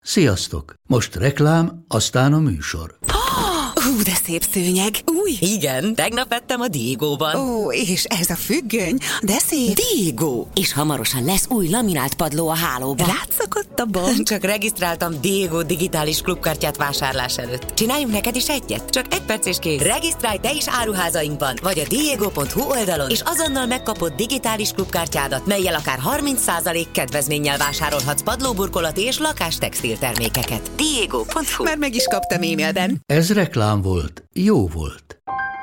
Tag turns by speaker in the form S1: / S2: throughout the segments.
S1: Sziasztok! Most reklám, aztán a műsor.
S2: De szép szőnyeg. Új.
S3: Igen, tegnap vettem a Diegóban.
S2: Ó, és ez a függöny, de szép.
S3: Diegó. És hamarosan lesz új laminált padló a hálóban.
S2: Rátszakadt a bank.
S3: Csak regisztráltam Diegó digitális klubkártyát vásárlás előtt. Csináljunk neked is egyet? Csak 1 perc és kész. Regisztrálj te is áruházainkban, vagy a diego.hu oldalon, és azonnal megkapod digitális klubkártyádat, mellyel akár 30% kedvezménnyel vásárolhatsz padlóburkolati és lakástextil termékeket. Diego.hu.
S2: Már meg is kaptam e-mailben.
S1: Ez reklám volt. Jó volt.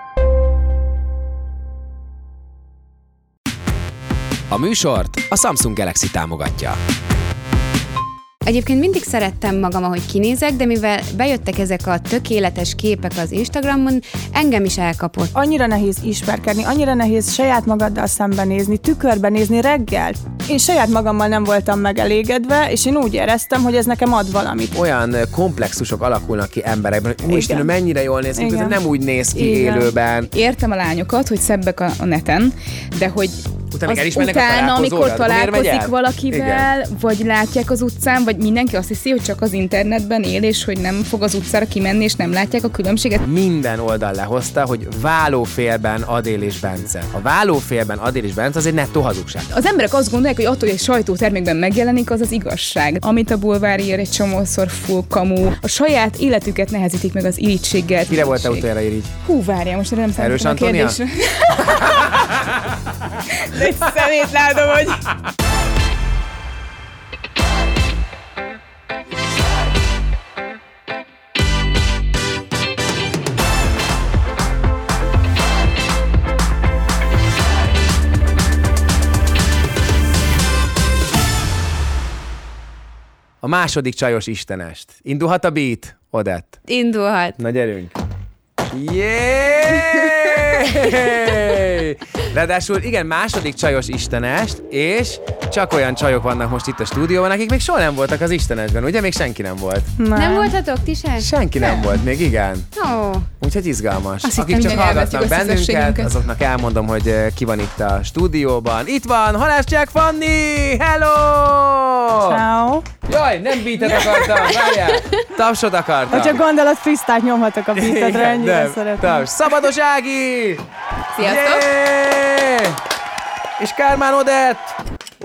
S4: A műsort a Samsung Galaxy támogatja.
S5: Egyébként mindig szerettem magam, ahogy kinézek, de mivel bejöttek ezek a tökéletes képek az Instagramon, engem is elkapott.
S6: Annyira nehéz ismerkedni, annyira nehéz saját magaddal szembenézni, tükörben nézni reggel. Én saját magammal nem voltam megelégedve, és én úgy éreztem, hogy ez nekem ad valamit.
S4: Olyan komplexusok alakulnak ki emberekben, hogy úristen, mennyire jól néz ki,
S6: Igen.
S4: nem úgy néz ki élőben.
S7: Értem a lányokat, hogy szebbek a neten, de hogy
S4: utána,
S7: amikor találkozik valakivel,
S4: igen.
S7: vagy látják az utcán, vagy mindenki azt hiszi, hogy csak az internetben él, és hogy nem fog az utcára kimenni, és nem látják a különbséget.
S4: Minden oldal lehozta, hogy válófélben Adél és Bence. A válófélben Adél és Bence az egy nettó hazugság.
S7: Az emberek azt gondolják, hogy attól, hogy egy sajtótermékben megjelenik, az az igazság. Amit a bulvár ír, egy csomószor full kamu. A saját életüket nehezítik meg az irítséggel.
S4: Kire volt-e utoljára irigy?
S7: Hú, várjál, most nem
S4: Erős
S7: a
S4: Antónia?
S7: kérdésre. De egy szemétláda vagy.
S4: A második csajos istenest. Indulhat a beat, Odett?
S5: Indulhat.
S4: Na gyerünk. Yeah! Ráadásul igen, második csajos istenest, és csak olyan csajok vannak most itt a stúdióban, akik még soha nem voltak az istenesben, ugye? Még senki nem volt.
S5: Nem voltatok ti sem?
S4: Senki nem volt még, igen.
S5: Ó.
S4: Úgyhogy izgalmas.
S7: Azt
S4: Akik
S7: hittem,
S4: csak
S7: hogy
S4: hallgatnak
S7: elvesztjük a
S4: bennünket,
S7: szívességünket.
S4: azoknak elmondom, hogy ki van itt a stúdióban. Itt van Halászcsák Fanni! Hello!
S6: Ciao.
S4: Jaj, nem beatet akartam, várjál! Tapsot akartam.
S6: Hogyha gondolod, freestyle nyomhatok a beatedre, ennyire szeretem.
S4: Szabados Ági!
S7: Sziasztok!
S4: Yeah! És Kármán Odett!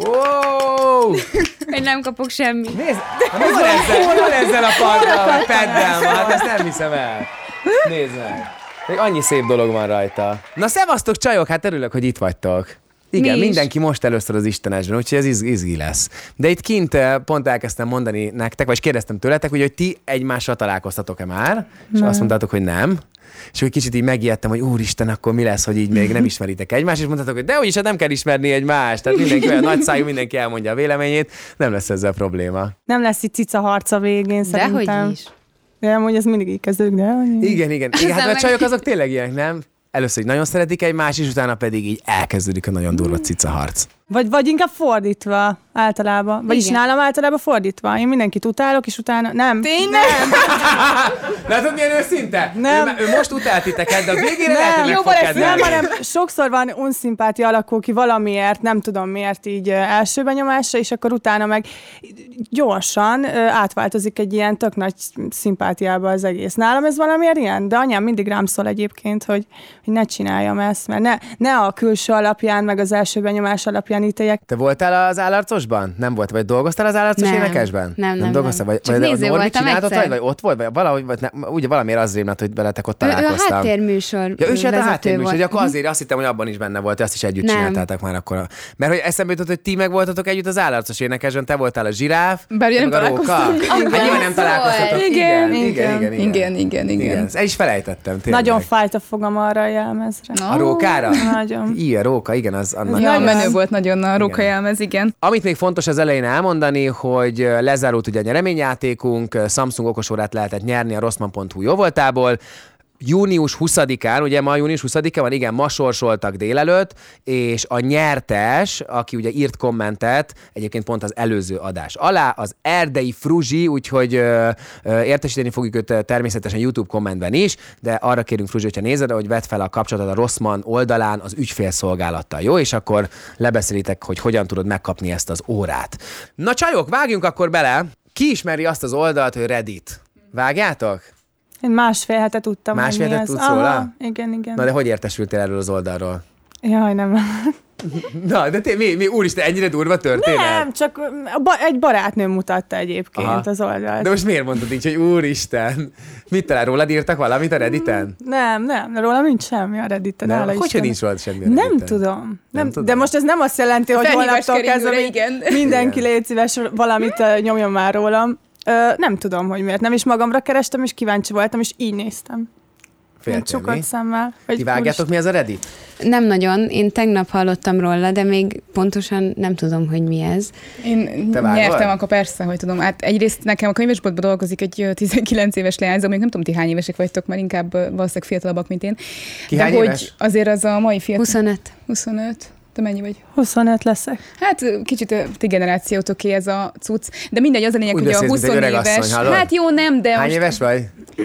S4: Wow!
S5: Én nem kapok semmit.
S4: Nézd! Mi van ezzel a parddal, peddel? Hát ezt nem hiszem el. Nézd meg. Még annyi szép dolog van rajta. Na szevasztok csajok, hát örülök, hogy itt vagytok. Igen, mindenki most először az istenesben, úgyhogy ez izgi lesz. De itt kint pont elkezdtem mondani nektek, vagy kérdeztem tőletek, hogy ti egymással találkoztatok-e már? És azt mondtátok, hogy nem. És hogy kicsit így megijedtem, hogy úristen, akkor mi lesz, hogy így még nem ismeritek egymást, és mondtátok, hogy de úgyis hát nem kell ismerni egymást. Tehát mindenki olyan nagyszájú, mindenki elmondja a véleményét, nem lesz ezzel probléma.
S6: Nem lesz itt cica harca végén, szerintem.
S5: Dehogy is.
S6: De amúgy ez mindig így kezdődik, de...
S4: Igen, hát a csajok azok tényleg ilyenek, nem? Először így nagyon szeretik egymást, és utána pedig így elkezdődik a nagyon durva cica harc.
S6: Vagy inkább fordítva általában. Vagyis nálam általában fordítva. Én mindenkit utálok, és utána... Nem.
S5: Tényleg?
S4: Látod, milyen őszinte?
S6: Nem.
S4: Ő most utált titeket, de a végére lehet, hogy meg fog kedvelni.
S6: Nem, hanem sokszor van unszimpátia alakul ki valamiért, nem tudom miért így első benyomásra, és akkor utána meg gyorsan átváltozik egy ilyen tök nagy szimpátiába az egész. Nálam ez valamiért ilyen, de anyám mindig rám szól egyébként, hogy ne csináljam ezt, mert ne a külső alapján, meg az első benyomás alapján ítéljek.
S4: Te voltál az Állarcosban? Nem volt? Vagy dolgoztál az Állarcos énekesben?
S5: Nem.
S4: Dolgoztál? Vagy
S5: néző voltam egyszer.
S4: Vagy ott volt? Vagy valahogy, vagy ugye valamiért az rémlett, hogy veletek ott találkoztam.
S5: Ő a háttérműsor
S4: Ja, ő is a
S5: vezető
S4: háttérműsor,
S5: volt.
S4: hogy akkor azért azt hittem, hogy abban is benne volt, azt is együtt csináltátok már akkor. Mert hogy eszembe jutott, hogy ti meg voltatok együtt az Állarcos énekesben, te voltál a zsiráf,
S7: Bár ugye nem
S4: meg a róka.
S7: találkoztunk.
S4: Hát nyilván nem találkoztatok. Igen. El is felejtettem, tényleg.
S6: Nagyon fájt a fogam arra a jelmezre.
S4: A rókára?
S6: Nagyon.
S4: Igen, róka, igen, az annak.
S7: Ja, menő volt nagyon a róka jelmez, igen.
S4: Amit még fontos az elején elmondani, hogy lezárult ugye a nyereményjátékunk, Samsung okosórát lehetett nyerni a rossmann.hu jóvoltából. Június 20-án, ugye ma június 20-a van, igen, ma sorsoltak délelőtt, és a nyertes, aki ugye írt kommentet, egyébként pont az előző adás alá, az Erdei Fruzsi, úgyhogy értesíteni fogjuk őt természetesen YouTube kommentben is, de arra kérünk Fruzsi, hogyha nézed, hogy vedd fel a kapcsolatot a Rossmann oldalán az ügyfélszolgálattal, jó? És akkor lebeszélitek, hogy hogyan tudod megkapni ezt az órát. Na csajok, vágjunk akkor bele! Ki ismeri azt az oldalt, hogy Reddit? Vágjátok?
S6: Én másfél hete tudtam,
S4: Másfél
S6: hogy mi
S4: hetet
S6: ez.
S4: tudsz róla?
S6: Igen.
S4: Na de hogy értesültél erről az oldalról?
S6: Jaj, nem.
S4: Na, de mi úristen, ennyire durva történet?
S6: Nem, csak egy barátnőm mutatta egyébként az oldalt.
S4: De most miért mondtad így, hogy úristen? Mit talál, rólad írtak valamit a Redditen?
S6: Nem, rólam nincs semmi a Redditen.
S4: Hogy nincs rólad semmi a Redditen?
S6: Nem tudom.
S4: tudom.
S6: De most ez nem azt jelenti, hogy holnaptól kezdve
S7: igen.
S6: mindenki légy szíves, valamit nyomjon már rólam. Nem tudom, hogy miért. Nem is magamra kerestem, és kíváncsi voltam, és így néztem. Csukott szemmel.
S4: Ti vágjátok, mi ez a Reddit?
S5: Nem nagyon. Én tegnap hallottam róla, de még pontosan nem tudom, hogy mi ez.
S7: Én nyertem, akkor persze, hogy tudom. Hát egyrészt nekem a könyvesboltban dolgozik egy 19 éves leányzó, még nem tudom, ti hány évesek vagytok, mert inkább valószínűleg fiatalabbak, mint én.
S4: Ki
S7: de
S4: hány
S7: hogy
S4: éves?
S7: azért az a mai fiatal...
S5: 25.
S7: Te mennyi vagy?
S6: 25 leszek.
S7: Hát kicsit ti generációtoké ez a cucc. De mindjárt az a lényeg,
S4: Úgy
S7: hogy a
S4: beszélsz,
S7: 20
S4: mint egy öreg
S7: éves...
S4: asszony, hallod?
S7: Hát jó, nem, de
S4: Hány
S7: most...
S4: éves vagy?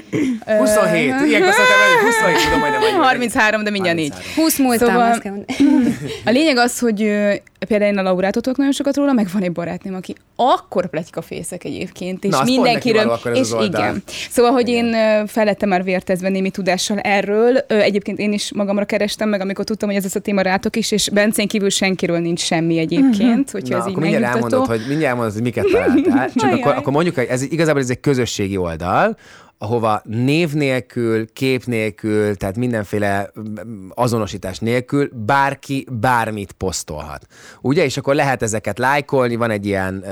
S4: 27. Ilyenkor szóltam, hogy 27, tudom, majdnem annyi.
S7: 33, de mindjárt 4.
S5: 20 múltam,
S7: Szóval-
S5: azt kell mondani.
S7: A lényeg az, hogy például én a Laurától tudok nagyon sokat róla, meg van egy barátnőm, aki akkor pletykafészek egyébként, és
S4: Na, az pont neki való akkor ez
S7: és
S4: az oldal.
S7: igen. Szóval, hogy én felettem már vértezve némi tudással erről. Egyébként én is magamra kerestem meg, amikor tudtam, hogy ez az a téma rátok is, és Bencén kívül senkiről nincs semmi egyébként, hogyha
S4: Na,
S7: ez így
S4: akkor mindjárt
S7: megnyugtató.
S4: elmondod, hogy miket találtál. Csak akkor mondjuk, hogy igazából ez egy közösségi oldal, ahova név nélkül, kép nélkül, tehát mindenféle azonosítás nélkül bárki bármit posztolhat. Ugye? És akkor lehet ezeket lájkolni, van egy ilyen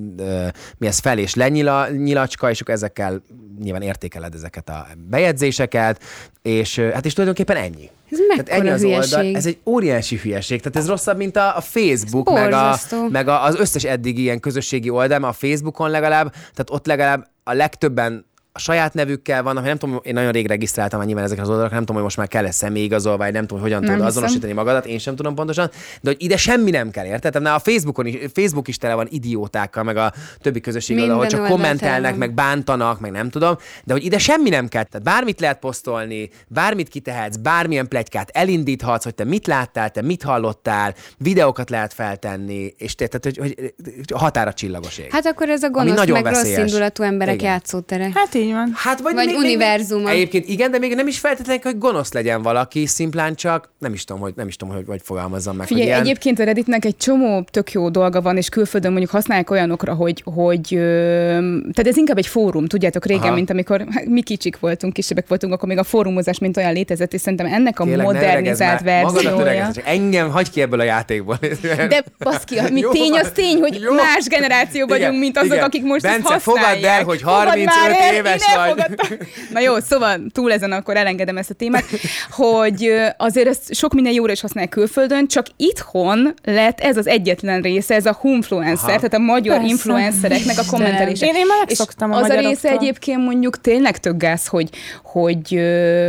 S4: mi ez fel- és lenyilacska, és akkor ezekkel nyilván értékeled ezeket a bejegyzéseket, és hát is tulajdonképpen ennyi.
S5: Ez
S4: Tehát ennyi
S5: mekkora
S4: az
S5: hülyeség.
S4: oldal, ez egy óriási hülyeség, tehát ez rosszabb, mint a Facebook,
S5: Borzasztó.
S4: meg az összes eddig ilyen közösségi oldal, mert a Facebookon legalább, tehát ott legalább a legtöbben a saját nevükkel vannak, nem tudom, én nagyon rég regisztráltam már nyilván ezeken az oldalakon, nem tudom, hogy most már kell-e személyigazolvány, nem tudom, hogyan tudod azonosítani magadat, én sem tudom pontosan, de hogy ide semmi nem kell, érted? Tehát a Facebook is tele van idiótákkal, meg a többi közösség oldal, hogy csak
S5: oldal
S4: kommentelnek,
S5: tele van.
S4: meg bántanak, meg nem tudom, de hogy ide semmi nem kell. Tehát bármit lehet posztolni, bármit kitehetsz, bármilyen pletykát elindíthatsz, hogy te mit láttál, te mit hallottál, videókat lehet feltenni, és tehát, hogy határa csillagos ég.
S5: Hát akkor ez a
S4: Ami
S5: gonosz,
S4: nagyon
S5: meg rossz
S4: veszélyes.
S5: indulatú emberek
S4: Igen.
S5: játszótere.
S6: Hát így van.
S4: Hát
S5: Vagy
S4: még
S5: univerzuma.
S4: Egyébként igen, de még nem is feltétlenül, hogy gonosz legyen valaki, szimplán csak nem is tudom, hogy fogalmazzam meg.
S7: Figyelj,
S4: hogy ilyen...
S7: egyébként a Redditnek egy csomó tök jó dolga van, és külföldön mondjuk használják olyanokra, hogy tehát ez inkább egy fórum, tudjátok, régen,
S4: Aha.
S7: mint amikor mi kicsik voltunk, kisebbek voltunk, akkor még a fórumozás mint olyan létezett, és szerintem ennek a
S4: Tényleg, ne
S7: modernizált
S4: öregezz már. Magadat
S7: verziója.
S4: öregezz, csak engem hagyj ki ebből a játékból.
S7: De baszki, mi
S4: Jó
S7: tény
S4: van.
S7: az tény, hogy
S4: Jó.
S7: más generáció vagyunk,
S4: Igen,
S7: mint azok,
S4: igen.
S7: akik most
S4: Bence,
S7: ezt használják.
S4: fogadd el, hogy
S7: Fogadd
S4: 35
S7: már el,
S4: éves
S7: én
S4: vagy.
S7: elfogadtam. Na jó, szóval túl ezen akkor elengedem ezt a témát, hogy azért ezt sok minden jóra is használják külföldön, csak itthon lett ez az egyetlen része, ez a humfluencer, tehát a magyar
S6: Persze.
S7: influencereknek a kommentelése.
S6: Én már
S7: És
S6: megszoktam a
S7: az a része
S6: magyaroktól.
S7: egyébként mondjuk tényleg tök gáz, hogy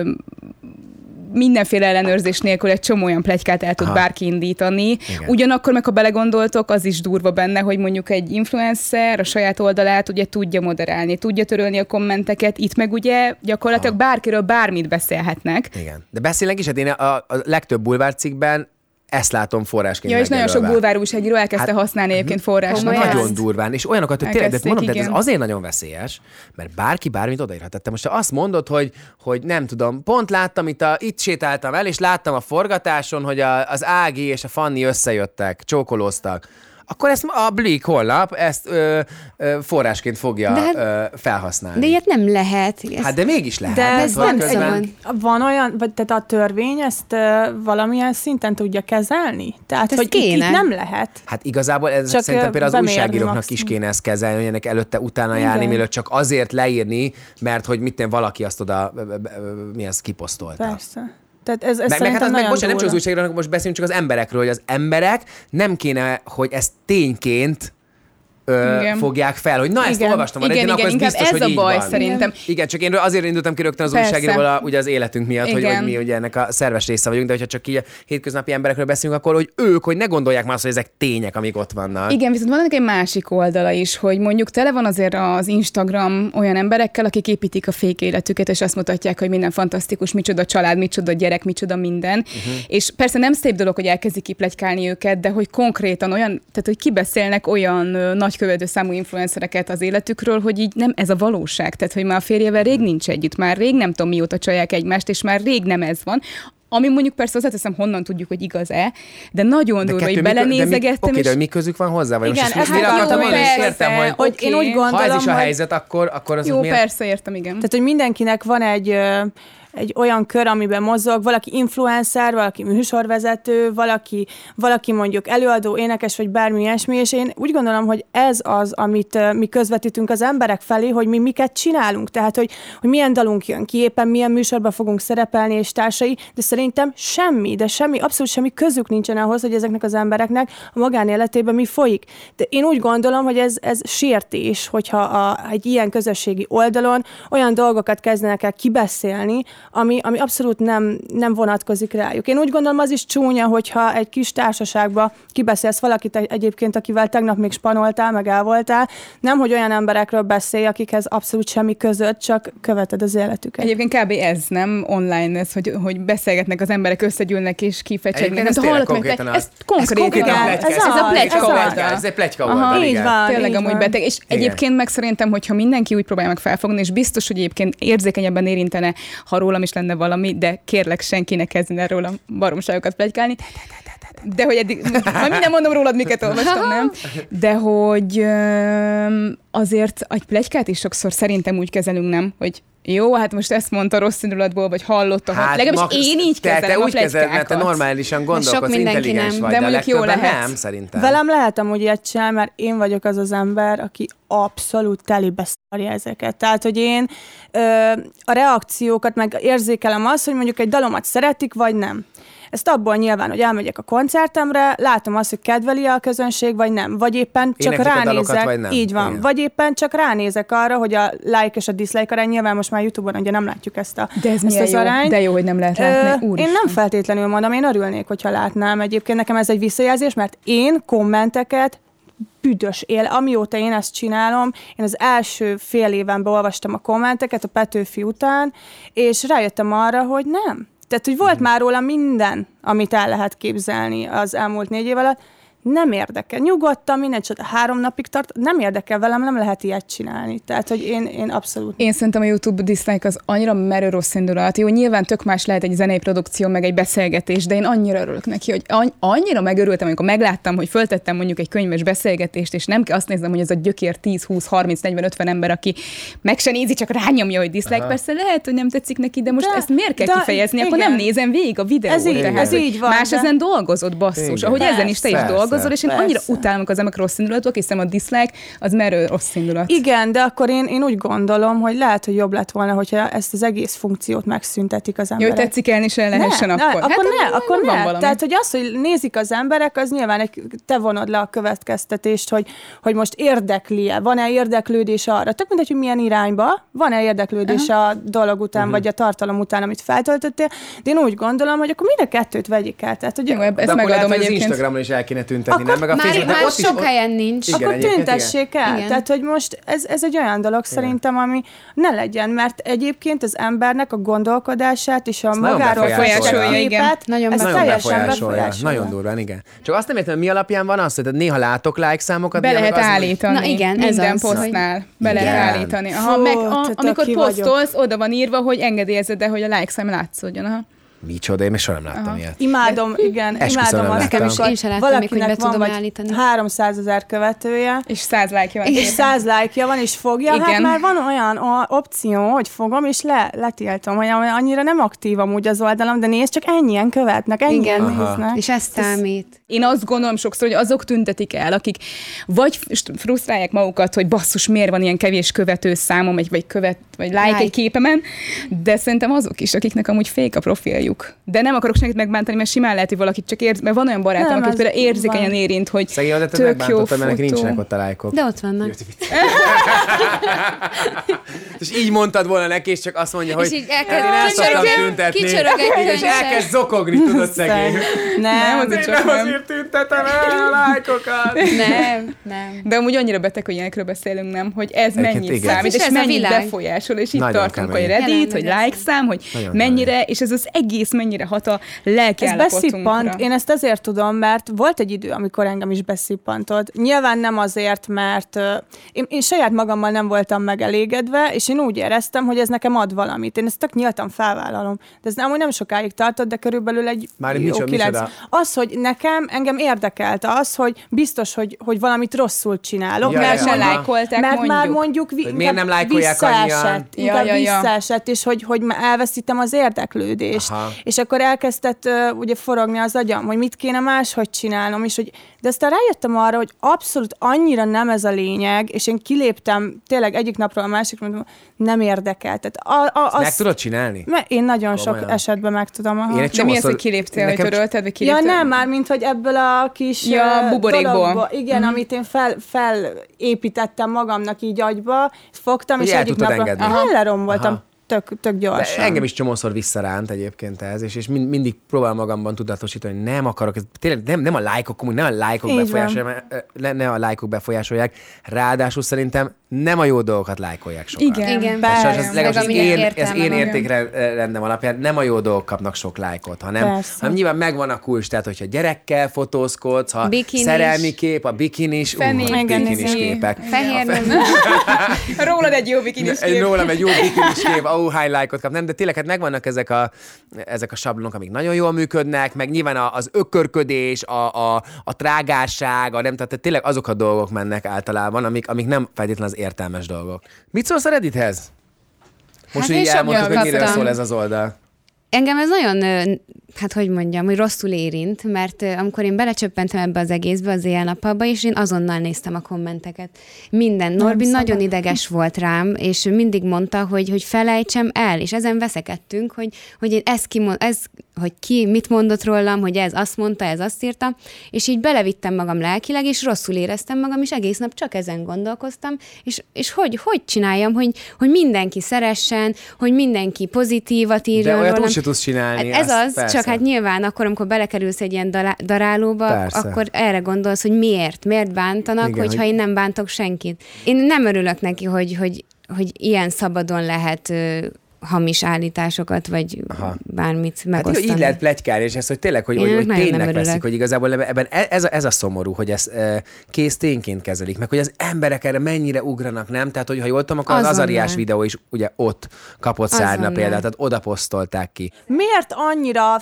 S7: mindenféle ellenőrzés nélkül egy csomó olyan pletykát el tud bárki indítani.
S4: Igen.
S7: Ugyanakkor meg, ha belegondoltok, az is durva benne, hogy mondjuk egy influencer a saját oldalát ugye tudja moderálni, tudja törölni a kommenteket, itt meg ugye gyakorlatilag bárkiről bármit beszélhetnek.
S4: Igen. De beszélnek is, hát én a legtöbb bulvárcikkben ezt látom forrásként
S7: Ja, és nagyon sok
S4: megjelölve.
S7: bulvár újságíró elkezdte használni egyébként forrásnak.
S5: Komolyan?
S4: Nagyon durván, és olyanokat, hogy tényleg, de
S7: Elkezdték,
S4: mondom, de ez
S7: igen.
S4: azért nagyon veszélyes, mert bárki bármit odaírhat. Tehát te most azt mondod, hogy nem tudom, pont láttam itt sétáltam el, és láttam a forgatáson, hogy az Ági és a Fanni összejöttek, csókolóztak. Akkor ezt a Blik holnap ezt forrásként fogja felhasználni.
S5: De ilyet nem lehet.
S4: Hát de mégis lehet.
S6: De
S4: Hát
S5: ez
S4: vagy
S5: nem
S4: közben-
S5: szabad.
S6: Van olyan, vagy tehát a törvény ezt valamilyen szinten tudja kezelni? Tehát,
S5: Hát
S6: hogy
S5: ezt
S6: itt
S5: kéne.
S6: nem lehet.
S4: Hát igazából ez
S6: Csak,
S4: szerintem például az
S6: bemérni
S4: újságíróknak is
S6: maximum.
S4: kéne ezt kezelni, hogy ennek előtte utána járni,
S6: Igen.
S4: mielőtt csak azért leírni, mert hogy valaki azt oda mi az kiposztolta.
S6: Persze. Tehát ez
S4: Meg
S6: szerintem
S4: hát
S6: nagyon
S4: bocsánat, nem csak az
S6: durva.
S4: újságíróknak, most beszélünk csak az emberekről, hogy az emberek nem kéne, hogy ezt tényként
S7: Igen.
S4: fogják fel, hogy na, ezt
S6: Igen.
S4: olvastam a
S7: Igen,
S4: Redditen, akkor ez
S7: inkább
S4: biztos,
S7: ez
S4: hogy
S7: a
S4: így
S7: baj
S4: van.
S7: szerintem.
S4: Igen, csak én azért indultam ki rögtön az
S7: Persze.
S4: újságíróval ugye az életünk miatt, hogy
S7: Igen.
S4: mi ugye ennek a szerves része vagyunk, de hogyha csak így a hétköznapi emberekről beszélünk, akkor hogy ők, hogy ne gondolják már azt, hogy ezek tények, amik ott vannak.
S7: Igen, viszont van ennek egy másik oldala is, hogy mondjuk tele van azért az Instagram olyan emberekkel, akik építik a fék életüket, és azt mutatják, hogy minden fantasztikus, micsoda család, micsoda gyerek, micsoda minden. És persze nem szép dolog, hogy elkezdik kipletykálni őket, de hogy konkrétan olyan, tehát hogy kibeszélnek olyan nagy nagy követőszámú influencereket az életükről, hogy így nem ez a valóság. Tehát, hogy már a férjevel rég nincs együtt, már rég nem tudom mióta csalják egymást, és már rég nem ez van. Ami mondjuk persze hozzáteszem, honnan tudjuk, hogy igaz-e, de nagyon durva, hogy belenézegettem.
S4: Oké, de mi közük van hozzá? Vagy
S6: igen,
S4: most
S6: ezt
S4: mire akartam mondani, és értem, hogy
S6: én úgy gondolom,
S4: ha ez is a helyzet, akkor az
S7: jó,
S4: miért?
S7: persze, értem, igen.
S6: Tehát, hogy mindenkinek van egy olyan kör, amiben mozog, valaki influencer, valaki műsorvezető, valaki mondjuk előadó, énekes, vagy bármi ilyesmi, és én úgy gondolom, hogy ez az, amit mi közvetítünk az emberek felé, hogy mi miket csinálunk, tehát, hogy milyen dalunk jön ki, éppen milyen műsorban fogunk szerepelni, és társai, de szerintem abszolút semmi közük nincsen ahhoz, hogy ezeknek az embereknek a magánéletében mi folyik. De én úgy gondolom, hogy ez sértés, hogyha egy ilyen közösségi oldalon olyan dolgokat kezdenek el kibeszélni, ami abszolút nem vonatkozik rájuk. Én úgy gondolom, az is csúnya, hogyha egy kis társaságba kibeszélsz valakit egyébként, akivel tegnap még spanoltál, meg el voltál, nem, hogy olyan emberekről beszélj, akikhez abszolút semmi között, csak követed az életüket.
S7: Egyébként kb. Ez nem online, ez, hogy beszélgetnek az emberek, összegyűlnek és kifecsegnek.
S4: Ez konkrétan
S7: ez konkrétan a pletyka oldal.
S4: Ez egy pletyka oldal,
S6: így van.
S7: Tényleg amúgy beteg. És egyébként meg szerintem, hogyha mindenki úgy próbálja meg felfogni, és biztos, hogy egyébként érzékenyebben érintene, ha rólam is lenne valami, de kérlek senkinek kezdjen erről a baromságokat pletykálni. De hogy eddig, majd minden mondom rólad, miket olvastam, nem? De hogy azért egy pletykát is sokszor szerintem úgy kezelünk, nem? Hogy jó, hát most ezt mondta rossz indulatból, vagy hallotta. Hát legalábbis én így kezelem a pletykákat. Te úgy kezeled, mert
S4: te normálisan gondolkodsz, intelligens vagy,
S7: de mondjuk jó lehet.
S4: Nem, szerintem.
S6: Velem lehet amúgy ilyet csinálni, mert én vagyok az az ember, aki abszolút telibe szarja ezeket. Tehát, hogy én a reakciókat meg érzékelem azt, hogy mondjuk egy dalomat szeretik, vagy nem. Ezt abból nyilván, hogy elmegyek a koncertemre, látom azt, hogy kedveli a közönség, vagy nem. Vagy éppen csak ránézek.
S4: Vagy nem.
S6: Így van. Igen. Vagy éppen csak ránézek arra, hogy a like és a dislike arány, nyilván most már YouTube-on ugye nem látjuk ezt az arányt.
S7: De jó, hogy nem lehet látni.
S6: Én nem feltétlenül mondom, én örülnék, hogyha látnám. Egyébként nekem ez egy visszajelzés, mert én kommenteket büdös él. Amióta én ezt csinálom, én az első fél évenben olvastam a kommenteket a Petőfi után, és rájöttem arra, hogy nem. Tehát, hogy volt már róla minden, amit el lehet képzelni az elmúlt 4 év alatt, nem érdekel. Nyugodtan, minden csak 3 napig tart, nem érdekel velem, nem lehet ilyet csinálni. Tehát, hogy én abszolút...
S7: Én szerintem a YouTube dislike az annyira merő rossz indulat. Jó, nyilván tök más lehet egy zenei produkció, meg egy beszélgetés, de én annyira örülök neki, hogy annyira megörültem, amikor megláttam, hogy föltettem mondjuk egy könyves beszélgetést, és nem kell azt néznem, hogy ez a gyökér 10, 20, 30, 40, 50 ember, aki meg se nézi, csak rányomja, hogy dislike. Aha. Persze lehet, hogy nem tetszik neki, de most ezt miért kell kifejezni? Akkor nem nézem végig a videót.
S6: Ez így van.
S7: Más ezen dolgozott, basszus. Ahogy ezen is te is dolgozol, és én annyira utálom az emberek rossz indulatok, hiszem a dislike az merő rossz indulat.
S6: Igen, de akkor én úgy gondolom, hogy lehet, hogy jobb lett volna, hogyha ezt az egész funkciót megszüntetik az emberek.
S7: Jó, tetszik elni se lehessen akkor.
S6: Akkor ne. Tehát, hogy az, hogy nézik az emberek, az nyilván te vonod le a következtetést, hogy most érdekli-e, van-e érdeklődés arra. Tök mindegy, hogy milyen irányba, van-e érdeklődés a dolog után, vagy a tartalom után, amit feltöltöttél, de én úgy gondolom, hogy akkor mind a kettőt vegyik el. Tehát, hogy
S7: jó, ezt megadom
S4: az Instagramon is el kéne tüntetni, nem? Meg a
S5: már sok helyen nincs.
S6: Igen, akkor tüntessék el. Igen. Tehát, hogy most ez egy olyan dolog szerintem, ami ne legyen, mert egyébként az embernek a gondolkodását és a magáról
S7: befolyásolja,
S6: képet,
S5: nagyon
S6: teljesen befolyásolja.
S4: Nagyon durván, igen. Csak azt nem értem, mi alapján van az, hogy néha látok like számokat.
S7: Be lehet állítani.
S5: Na igen,
S7: minden posztnál be lehet állítani. Amikor posztolsz, oda van írva, hogy engedélyezed, de hogy a like szám látszódjon. Aha.
S4: Micsoda, én még soha nem láttam ilyet.
S6: Imádom, igen, imádom azt,
S5: nekem is, én sem láttam még, hogy be tudom állítani.
S6: 300 000 követője.
S7: És 100 like-ja van.
S6: És 100 like-ja van, és fogja. Igen. Hát már van olyan opció, hogy fogom, és letiltom, hogy annyira nem aktív amúgy az oldalam, de nézd, csak ennyien követnek, ennyien néznek.
S5: És ez számít.
S7: Én azt gondolom sokszor, hogy azok tüntetik el, akik vagy frusztrálják magukat, hogy basszus, miért van ilyen kevés követő számom, vagy like egy képemen, de szerintem azok is, akiknek amúgy fake a profiljuk. De nem akarok senkit megbántani, mert simán lehet, hogy valakit csak mert van olyan barátom, akit például érzékenyen érint, hogy tök jó fotó.
S4: Mert nincsenek ott a lájkok.
S5: De ott vannak.
S4: És így mondtad volna neki, és csak azt mondja, hogy
S5: én el szoktam tüntetni.
S4: És elkezd zokogni, tudod szegény.
S6: Nem
S4: azért tüntetem el a lájkokat.
S5: Nem.
S7: De amúgy annyira beteg, hogy ilyenekről beszélünk, nem? Hogy ez mennyit számít, és mennyit befolyásol, és itt tartunk, hogy Reddit, hogy like szám, hogy mennyire, és ez az egész egész mennyire hat a lelki
S6: Ez
S7: állapotunkra.
S6: beszippant, én ezt azért tudom, mert volt egy idő, amikor engem is beszippantott. Nyilván nem azért, mert én saját magammal nem voltam megelégedve, és én úgy éreztem, hogy ez nekem ad valamit. Én ezt tök nyíltan felvállalom. De ez nem sokáig tartott, de körülbelül egy jó 9. Az, hogy engem érdekelte az, hogy biztos, hogy valamit rosszul csinálok.
S7: Mert lájkolták,
S6: mert már mondjuk
S4: miért nem lájkolják annyian?
S6: Visszaesett, és hogy elveszítem az érdeklődést. Aha. És akkor elkezdett ugye forogni az agyam, hogy mit kéne máshogy csinálnom, és de aztán rájöttem arra, hogy abszolút annyira nem ez a lényeg, és én kiléptem tényleg egyik napról a másikra, mondom, nem érdekel. Tehát
S4: meg tudod csinálni?
S6: Én nagyon sok esetben meg tudom.
S7: De mi az, hogy kiléptél, hogy törölted, vagy kiléptél?
S6: Ja nem, már mint hogy ebből a kis
S7: buborékból.
S6: Igen, amit én felépítettem magamnak így agyba, fogtam, és egyik napról leromboltam. Tök gyorsan.
S4: De engem is csomószor visszaránt egyébként ez, és mindig próbál magamban tudatosítani, hogy nem akarok, ez tényleg nem a lájkok, ne a lájkok befolyásolják, ráadásul szerintem nem a jó dolgokat lájkolják sokan.
S5: Igen.
S4: Ez én értékrendem alapján nem a jó dolgok kapnak sok lájkot, hanem nyilván megvan a kulcs, tehát hogyha gyerekkel fotózkodsz, ha szerelmi kép, a bikinis képek.
S5: Fehér.
S7: Rólad egy jó bikinis kép.
S4: Rólam egy jó bikinis kép, hány lájkot kap, nem, de tényleg hát megvannak ezek a sablonok, amik nagyon jól működnek, meg nyilván az ökörködés, a trágárság, tehát tényleg azok a dolgok mennek általában, amik nem feltétlenül az értelmes dolgok. Mit szólsz a Reddithez? Most így elmondtuk, hogy mire szól ez az oldal.
S5: Engem ez nagyon, hogy rosszul érint, mert amikor én belecsöppentem ebbe az egészbe, az éjjel-nappalba, és én azonnal néztem a kommenteket. Minden. Norbi nagyon ideges volt rám, és mindig mondta, hogy felejtsem el, és ezen veszekedtünk, hogy én hogy ki mit mondott rólam, hogy ez azt mondta, ez azt írta, és így belevittem magam lelkileg, és rosszul éreztem magam, és egész nap csak ezen gondolkoztam, és hogy csináljam, hogy mindenki szeressen, hogy mindenki pozitívat írjon rólam.
S4: De olyat úgy se tudsz csinálni.
S5: Ez az, persze. Csak hát nyilván akkor, amikor belekerülsz egy ilyen darálóba, persze. Akkor erre gondolsz, hogy miért bántanak, igen, hogyha én nem bántok senkit. Én nem örülök neki, hogy ilyen szabadon lehet hamis állításokat, vagy bármit megosztani.
S4: Hát így lehet pletykálni, és ez, hogy tényleg, hogy ténynek veszik, hogy igazából ebben ez a szomorú, hogy ez kész tényként kezelik, meg hogy az emberek erre mennyire ugranak, nem? Tehát, hogy ha jól tudom, akkor az Azariás videó is ugye ott kapott szárnya példát, tehát oda posztolták ki.
S6: Miért annyira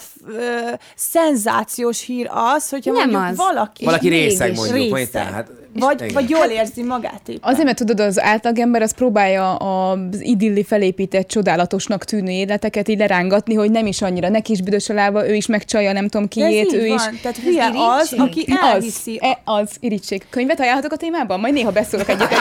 S6: szenzációs hír az, hogyha
S5: nem
S6: mondjuk
S5: az.
S4: valaki részeg mondjuk, vagy tehát
S6: vagy jól érzi magát éppen.
S7: Azért, mert tudod, az átlagember az próbálja az idilli felépített, csodálatosnak tűnő életeket így lerángatni, hogy nem is annyira, neki is büdös a lába, ő is megcsalja, nem tudom kiét, ő is.
S6: Tehát hülye az, aki elhiszi.
S7: Az irítség. Könyvet ajánlhatok a témában? Majd néha beszólok egyet-egyet,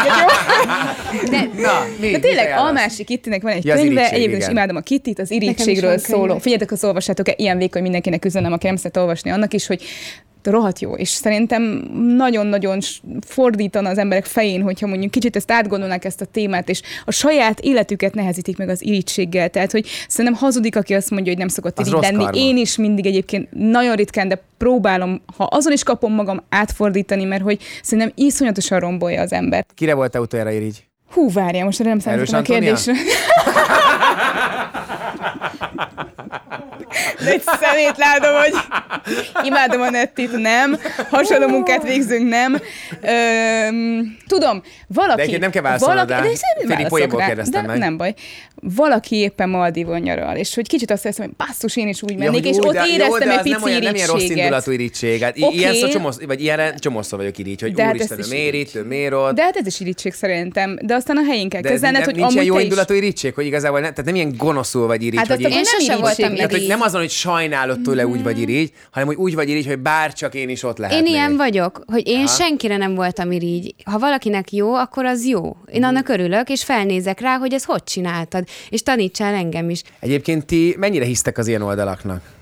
S7: jó? De tényleg a másik Kittinek van egy könyve, egyébként is imádom a Kittit, az irítségről szóló. Figyeljetek, az olvassátok, ilyen vékony mindenkinek üzenem, aki nem szeret olvasni, annak is, hogy rohadt jó, és szerintem nagyon-nagyon fordítana az emberek fején, hogyha mondjuk kicsit ezt átgondolnák ezt a témát, és a saját életüket nehezítik meg az irítséggel. Tehát, hogy szerintem hazudik, aki azt mondja, hogy nem szokott irigy lenni. Én is mindig egyébként nagyon ritkán, de próbálom, ha azon is kapom magam átfordítani, mert hogy szerintem iszonyatosan rombolja az embert.
S4: Kire voltál utoljára irigy?
S7: Várjál, most nem számítom a kérdésre. De egy szemét látom, hogy imádom a Nettit, nem. Hasonló munkát végzünk, nem. Tudom, valaki...
S4: De nem kell válaszolnod rá. Félig poénból kérdeztem meg.
S7: Nem baj. Valaki éppen Maldivon nyaral, és hogy kicsit azt hiszem, hogy basszus, én is úgy mennék, és ott éreztem egy pici irítséget.
S4: Nem ilyen rossz indulatú irítség. Hát ilyenre csomószor vagyok irigy, hogy úristen, miért itt, miért ott.
S7: De hát ez is iríttség szerintem. De aztán a helyén kell kezelned, hogy
S4: amúgy nincs jó indulatú irítség, hogy igazából tehát nem ilyen gonoszul vagy irigy.
S5: Hát én sose voltam irigy.
S4: Nem azon, hogy sajnálod tőle úgy vagy irigy, hanem hogy úgy vagy irigy, hogy bárcsak én is ott lehetnék.
S5: Én ilyen vagyok, hogy én senkire nem voltam irigy. Ha valakinek jó, akkor az jó. Én annak örülök, és felnézek rá, hogy ezt hogy csináltad, és tanítsál engem is.
S4: Egyébként ti mennyire hisztek az ilyen oldalaknak?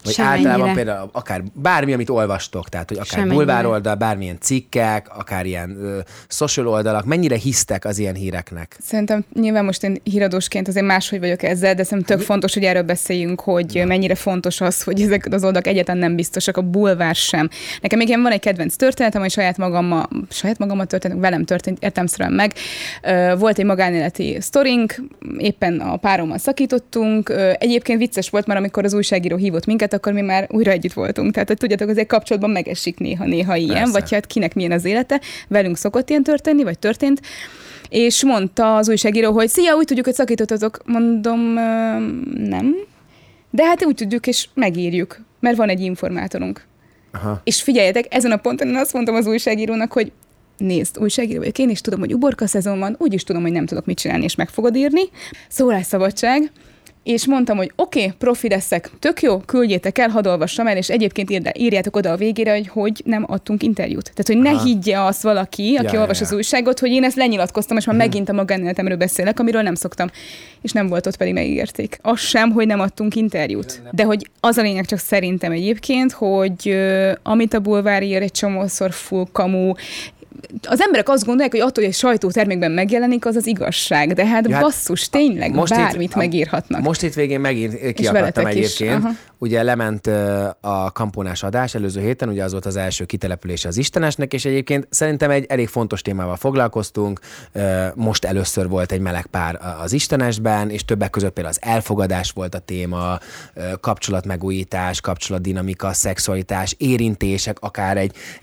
S4: Vagy
S5: Semennyire.
S4: általában például akár bármi, amit olvastok, tehát hogy akár
S5: Semennyire.
S4: bulvároldal, bármilyen cikkek, akár ilyen social oldalak, mennyire hisztek az ilyen híreknek?
S7: Szerintem nyilván most én híradósként azért máshogy vagyok ezzel, de szerintem tök fontos, hogy erről beszéljünk, hogy mennyire fontos az, hogy ezek az oldalak egyáltalán nem biztosak, a bulvár sem. Nekem még van egy kedvenc történetem, hogy saját magammal történt, velem történt értelemszerűen meg. Volt egy magánéleti sztorink, éppen a párommal szakítottunk. Egyébként vicces volt, mert amikor az újságíró hívott minket, akkor mi már újra együtt voltunk. Tehát tudjátok, azért kapcsolatban megesik néha ilyen,
S4: Persze.
S7: vagy hát kinek milyen az élete. Velünk szokott ilyen történni, vagy történt. És mondta az újságíró, hogy szia, úgy tudjuk, hogy szakítottatok. Mondom, nem. De hát úgy tudjuk, és megírjuk, mert van egy informátorunk.
S4: Aha.
S7: És figyeljetek, ezen a ponton én azt mondtam az újságírónak, hogy nézd, újságíró vagyok én, és tudom, hogy uborka szezon van, úgyis tudom, hogy nem tudok mit csinálni, és meg fogod írni. Szólásszabadság. És mondtam, hogy oké, profi leszek, tök jó, küldjétek el, hadd olvassam el, és egyébként írjátok oda a végére, hogy nem adtunk interjút. Tehát, hogy ne higgye azt valaki, aki olvas az újságot, hogy én ezt lenyilatkoztam, és már megint a magánéletemről beszélek, amiről nem szoktam. És nem volt ott, pedig megígérték. Az sem, hogy nem adtunk interjút. De hogy az a lényeg csak szerintem egyébként, hogy amit a bulvár ír, egy csomószor full kamu. Az emberek azt gondolják, hogy attól, hogy egy sajtótermékben megjelenik, az az igazság. De hát basszus, tényleg bármit megírhatnak.
S4: Most itt végén megint kiakadtam egyébként. Ugye lement a kampónás adás előző héten, ugye az volt az első kitelepülése az Istenesnek, és egyébként szerintem egy elég fontos témával foglalkoztunk. Most először volt egy meleg pár az Istenesben, és többek között például az elfogadás volt a téma, kapcsolatmegújítás, kapcsolatdinamika, szexualitás, érintések, akár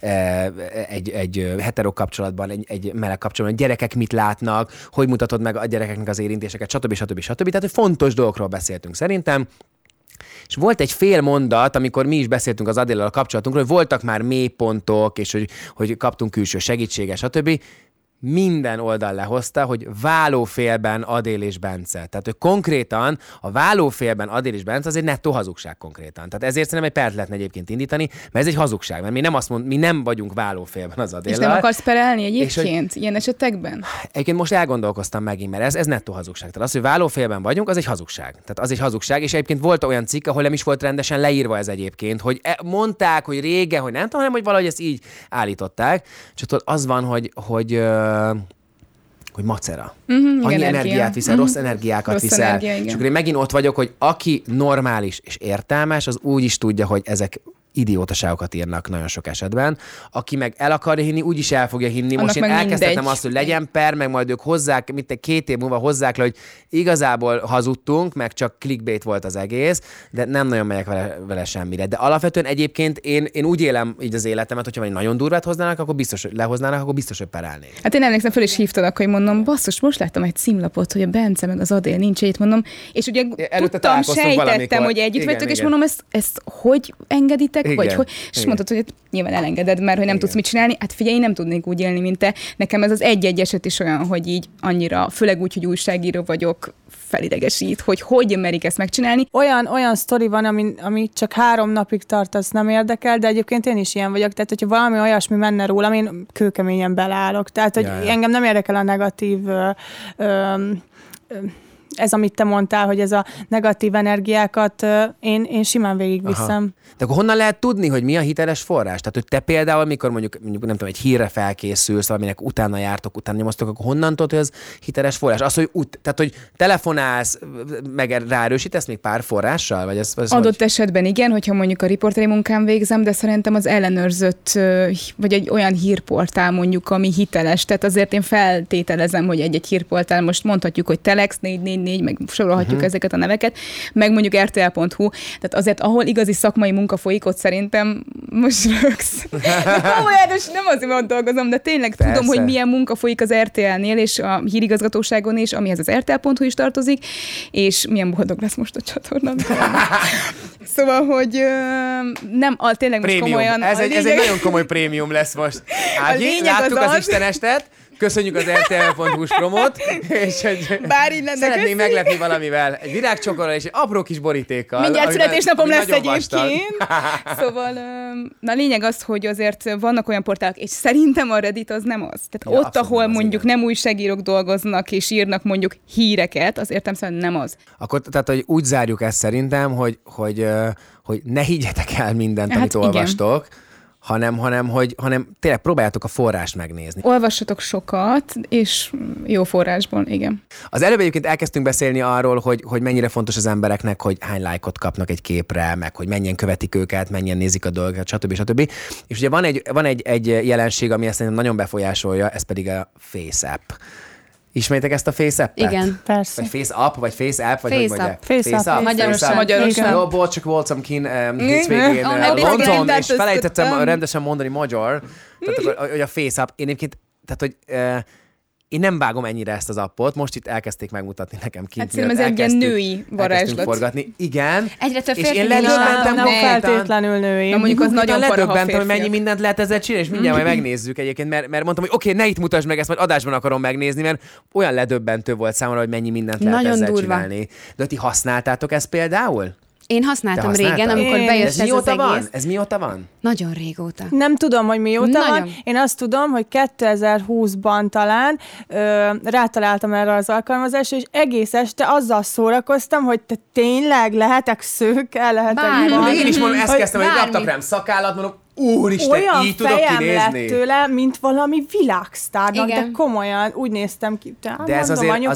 S4: egy hetero kapcsolatban, egy meleg kapcsolatban, gyerekek mit látnak, hogy mutatod meg a gyerekeknek az érintéseket, stb. Tehát, hogy fontos dolgokról beszéltünk szerintem. És volt egy fél mondat, amikor mi is beszéltünk az Adéllal a kapcsolatunkról, hogy voltak már mélypontok, és hogy kaptunk külső segítséget, stb. Minden oldal lehozta, hogy válófélben Adél és Bence. Tehát, hogy konkrétan a válófélben Adél és Bence az egy nettó hazugság konkrétan. Tehát ezért szerintem egy pert lehetne egyébként indítani, mert ez egy hazugság, mert mi nem vagyunk válófélben az Adéllal.
S7: És nem akarsz perelni egyébként ilyen esetekben?
S4: Egyébként most elgondolkoztam megint, mert ez nettó hazugság. Tehát az, hogy válófélben vagyunk, az egy hazugság. Tehát az egy hazugság, és egyébként volt olyan cikk, ahol nem is volt rendesen leírva ez egyébként, hogy mondták, hogy régen, hogy nem tudom, hanem hogy valahogy ezt így állították. Csak ott az van, hogy macera. Annyi energiát viszel, rossz energiákat viszel. És akkor én megint ott vagyok, hogy aki normális és értelmes, az úgy is tudja, hogy ezek idiótaságokat írnak nagyon sok esetben. Aki meg el akarja hinni, úgyis el fogja hinni. Most én elkezdtem azt, hogy legyen per, meg majd ők hozzák, 2 év múlva hozzák le, hogy igazából hazudtunk, meg csak clickbait volt az egész, de nem nagyon megyek vele semmire. De alapvetően egyébként én úgy élem így az életemet, hogyha valami nagyon durvát hoznának, akkor biztos, akkor biztos, hogy perelnék.
S7: Hát én emlékszem, föl is hívtad, akkor mondom, basszus, most láttam egy címlapot, hogy a Bence meg az Adél nincs itt, mondom, és ugye tudtam, sejtettem, hogy együtt vagytok, és mondom, ezt hogy engeditek? Vagy hogy, és mondtad, hogy nyilván elengeded, mert hogy nem tudsz mit csinálni. Hát figyelj, én nem tudnék úgy élni, mint te. Nekem ez az egy-egy eset is olyan, hogy így annyira, főleg úgy, hogy újságíró vagyok, felidegesít, hogy merik ezt megcsinálni.
S6: Olyan sztori van, ami csak 3 napig tart, az nem érdekel, de egyébként én is ilyen vagyok. Tehát, hogyha valami olyasmi menne rólam, én kőkeményen beleállok. Tehát, hogy engem nem érdekel a negatív ez, amit te mondtál, hogy ez a negatív energiákat én simán végigviszem.
S4: Aha. De akkor honnan lehet tudni, hogy mi a hiteles forrás? Tehát, hogy te például, mikor mondjuk nem tudom, egy hírre felkészülsz, valaminek utána jártok, utána nyomoztok, akkor honnan tudod, hogy ez hiteles forrás? Az, hogy tehát, hogy telefonálsz, meg ráerősítesz még pár forrással? Vagy ez
S7: adott esetben igen, hogyha mondjuk a riporteri munkám végzem, de szerintem az ellenőrzött, vagy egy olyan hírportál mondjuk, ami hiteles. Tehát azért én feltételezem, hogy egy hírportál, most mondhatjuk, hogy Telex 444, meg sorolhatjuk ezeket a neveket, meg mondjuk RTL.hu, tehát azért, ahol igazi szakmai munka folyik, ott szerintem most rögsz. Most nem azért, mert dolgozom, de tényleg persze. Tudom, hogy milyen munka folyik az RTL-nél, és a hírigazgatóságon is, amihez az RTL.hu is tartozik, és milyen boldog lesz most a csatorna. Szóval, hogy nem, tényleg most
S4: prémium.
S7: Komolyan.
S4: Ez egy nagyon komoly prémium lesz most. Ági, láttuk az Istenestet, Köszönjük az RTL.hu-s promót, és hogy
S7: Bár így lenne,
S4: szeretnénk meglepni valamivel. Egy virágcsokorral és egy apró kis borítékkal.
S7: Mindjárt születésnapom lesz
S4: nagyon vastag.
S7: egyébként. Szóval, na lényeg az, hogy azért vannak olyan portálok, és szerintem a Reddit az nem az. Tehát
S4: Ja,
S7: ott, ahol
S4: nem az,
S7: mondjuk
S4: igen.
S7: nem újságírók dolgoznak, és írnak mondjuk híreket, az értelemszerűen nem az.
S4: Akkor tehát, hogy úgy zárjuk ezt szerintem, hogy ne higgyetek el mindent,
S7: Hát
S4: amit
S7: igen.
S4: olvastok, hanem tényleg próbáljátok a forrást megnézni.
S7: Olvassatok sokat, és jó forrásból, igen.
S4: Az előbb egyébként elkezdtünk beszélni arról, hogy mennyire fontos az embereknek, hogy hány lájkot kapnak egy képre, meg hogy mennyien követik őket, mennyien nézik a dolgokat, stb. És ugye van egy jelenség, ami ezt szerintem nagyon befolyásolja, ez pedig a Face App. Ismeritek ezt a Face App-et?
S5: Igen.
S6: Persze.
S4: Vagy Face App, vagy Face App, vagy
S5: Face
S4: hogy mondják?
S5: App.
S6: Face App.
S7: Magyarosan.
S4: Jó, bocs, csak voltam kint hétvégén London, és felejtettem rendesen mondani magyar. Tehát, akkor, hogy a Face App, én egyébként, tehát, hogy én nem vágom ennyire ezt az appot, most itt elkezdték megmutatni nekem kint.
S7: Hát szerintem ez egy ilyen női varázslat.
S4: Forgatni. Igen.
S5: Egyre több
S4: és én
S5: férfi
S4: ledöbbentem
S6: Nem feltétlenül női.
S7: Na mondjuk az nagyon para, ha
S4: ledöbbentem, hogy mennyi
S7: férfiak.
S4: mindent lehet ezzel csinálni, és mindjárt majd megnézzük egyébként, mert mondtam, hogy oké, ne itt mutasd meg, ezt majd adásban akarom megnézni, mert olyan ledöbbentő volt számomra, hogy mennyi mindent lehet
S5: Nagyon
S4: ezzel
S5: durva.
S4: csinálni. De ti használtátok ezt például?
S5: Én
S4: Te
S5: használtam
S4: használtad?
S5: régen, amikor
S6: Én-
S5: bejött
S4: Ez
S5: ez az
S4: mióta van?
S5: egész.
S4: Ez mióta van?
S5: Nagyon régóta.
S6: Nem tudom, hogy mióta
S5: Nagyon.
S6: van. Én azt tudom, hogy 2020-ban talán rátaláltam erre az alkalmazásra, és egész este azzal szórakoztam, hogy te tényleg lehetek szőke, lehetek
S5: Bármi.
S6: van.
S4: De én is mondom, ezt
S6: Hogy
S4: kezdtem, hogy
S5: bármi.
S4: raktak rám szakállat, mondom, úristen,
S6: olyan
S4: így tudok
S6: fejem lett
S4: kinézni.
S6: tőle, mint valami világsztárnak,
S5: Igen.
S6: de komolyan úgy néztem ki.
S4: De ez
S6: mondom,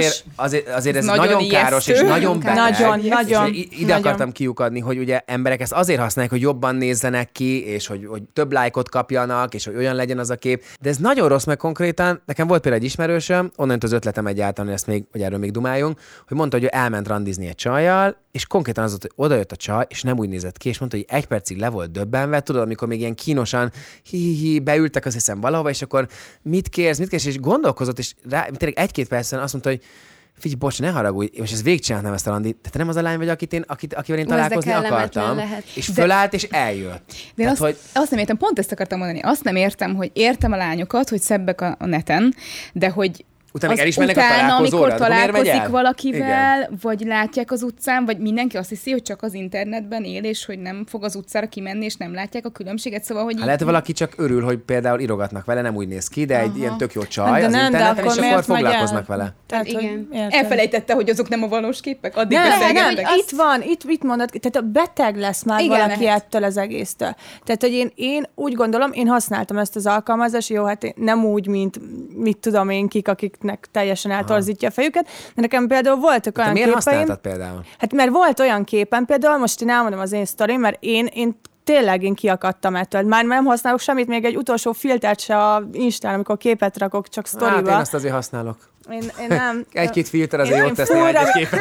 S4: azért ez
S7: nagyon
S4: nagyon káros és
S7: ijesztő.
S4: nagyon beteg.
S6: Nagyon,
S4: És
S6: nagyon,
S4: ide
S6: nagyon.
S4: akartam kiukadni, hogy ugye emberek ezt azért használják, hogy jobban nézzenek ki, és hogy több lájkot kapjanak, és hogy olyan legyen az a kép. De ez nagyon rossz, meg konkrétan. Nekem volt például egy ismerősöm, onnan jött az ötletem egyáltalán, hogy erről még dumáljunk, hogy mondta, hogy ő elment randizni egy csajjal, és konkrétan az volt, hogy odajött a csaj, és nem úgy nézett ki, és mondta, hogy egy percig le volt döbbenve, tudod, amikor még ilyen kínosan beültek, azt hiszem valahova, és akkor mit kérsz, és gondolkozott, és tényleg egy-két percen azt mondta, hogy figyelj, bocs, ne haragudj, és ez végigcsináltam ezt a randit, de te nem az a lány vagy, akivel én
S5: de
S4: találkozni
S5: kellemetlen
S4: akartam,
S5: lehet.
S4: és fölállt, és eljött.
S7: De én
S4: Tehát,
S7: azt nem értem, pont ezt akartam mondani. Azt nem értem, hogy értem a lányokat, hogy szebbek a neten, de hogy
S4: Utána
S7: az
S4: elismernek a
S7: utána,
S4: találkozóra,
S7: amikor
S4: akkor miért megy
S7: találkozik
S4: el?
S7: valakivel,
S4: Igen.
S7: vagy látják az utcán, vagy mindenki azt hiszi, hogy csak az internetben él, és hogy nem fog az utcára kimenni, és nem látják a különbséget, szóval, hogy
S4: Hát lehet, hogy valaki csak örül, hogy például írogatnak vele, nem úgy néz ki, de egy ilyen tök jó csaj
S6: Hát de
S4: az
S6: nem, de
S4: interneten,
S6: akkor
S4: és akkor
S6: miért megy el?
S4: foglalkoznak vele.
S6: Tehát,
S5: Igen.
S6: hogy érted?
S7: elfelejtette, hogy azok nem a valós képek, addig
S6: Nem,
S7: beszélgettek.
S6: itt van, itt mondod, tehát a beteg lesz már
S7: Igen,
S6: valaki
S7: lehet.
S6: ettől az egésztől. Tehát, hogy én úgy gondolom, én használtam ezt az alkalmazást, jó, hát én nem úgy, mint mit tudom én kik, akiknek teljesen eltorzítja a fejüket, de nekem például voltak
S4: Te
S6: olyan
S4: miért
S6: képeim.
S4: használtad például?
S6: Hát mert volt olyan képen, például most én elmondom az én sztorim, mert én tényleg én kiakadtam ettől. Már nem használok semmit, még egy utolsó filtert se a Instán, amikor képet rakok, csak
S4: Hát én
S6: sztoriba.
S4: azt azért használok.
S6: Én nem.
S4: Egy-két filter azért jót teszne
S6: fúra-
S4: egyes képen.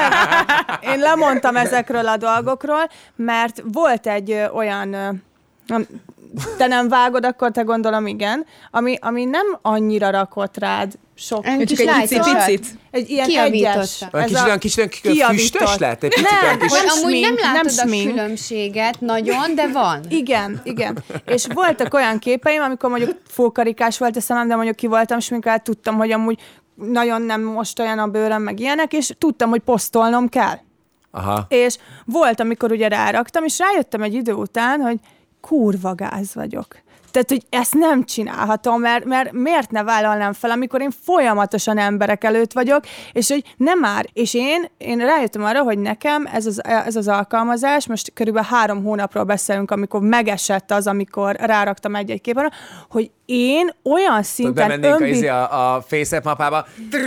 S6: Én lemondtam ezekről a dolgokról, mert volt egy olyan, te nem vágod, akkor te gondolom igen, ami nem annyira rakott rád sok.
S5: Egy
S7: Csak
S5: kis
S7: egy
S5: lájtos.
S7: picit.
S6: Egy ilyen
S5: Kijavította.
S6: egyes.
S4: Olyan kicsit füstös lett? Egy picit olyan kis...
S5: Vagy amúgy nem látod a
S6: smink.
S5: különbséget nagyon, de van.
S6: Igen. És voltak olyan képeim, amikor mondjuk fókarikás volt a szemem, de mondjuk ki voltam sminkelve, tudtam, hogy amúgy nagyon nem most olyan a bőröm, meg ilyenek, és tudtam, hogy posztolnom kell.
S4: Aha.
S6: És volt, amikor ugye ráraktam, és rájöttem egy idő után, hogy kurva gáz vagyok. Tehát, hogy ezt nem csinálhatom, mert miért ne vállalnám fel, amikor én folyamatosan emberek előtt vagyok, és hogy nem már. És én rájöttem arra, hogy nekem ez az alkalmazás, most körülbelül 3 hónapról beszélünk, amikor megesett az, amikor ráraktam egy-egy képen, hogy én olyan szinten
S4: Bemennénk a FaceApp mapába.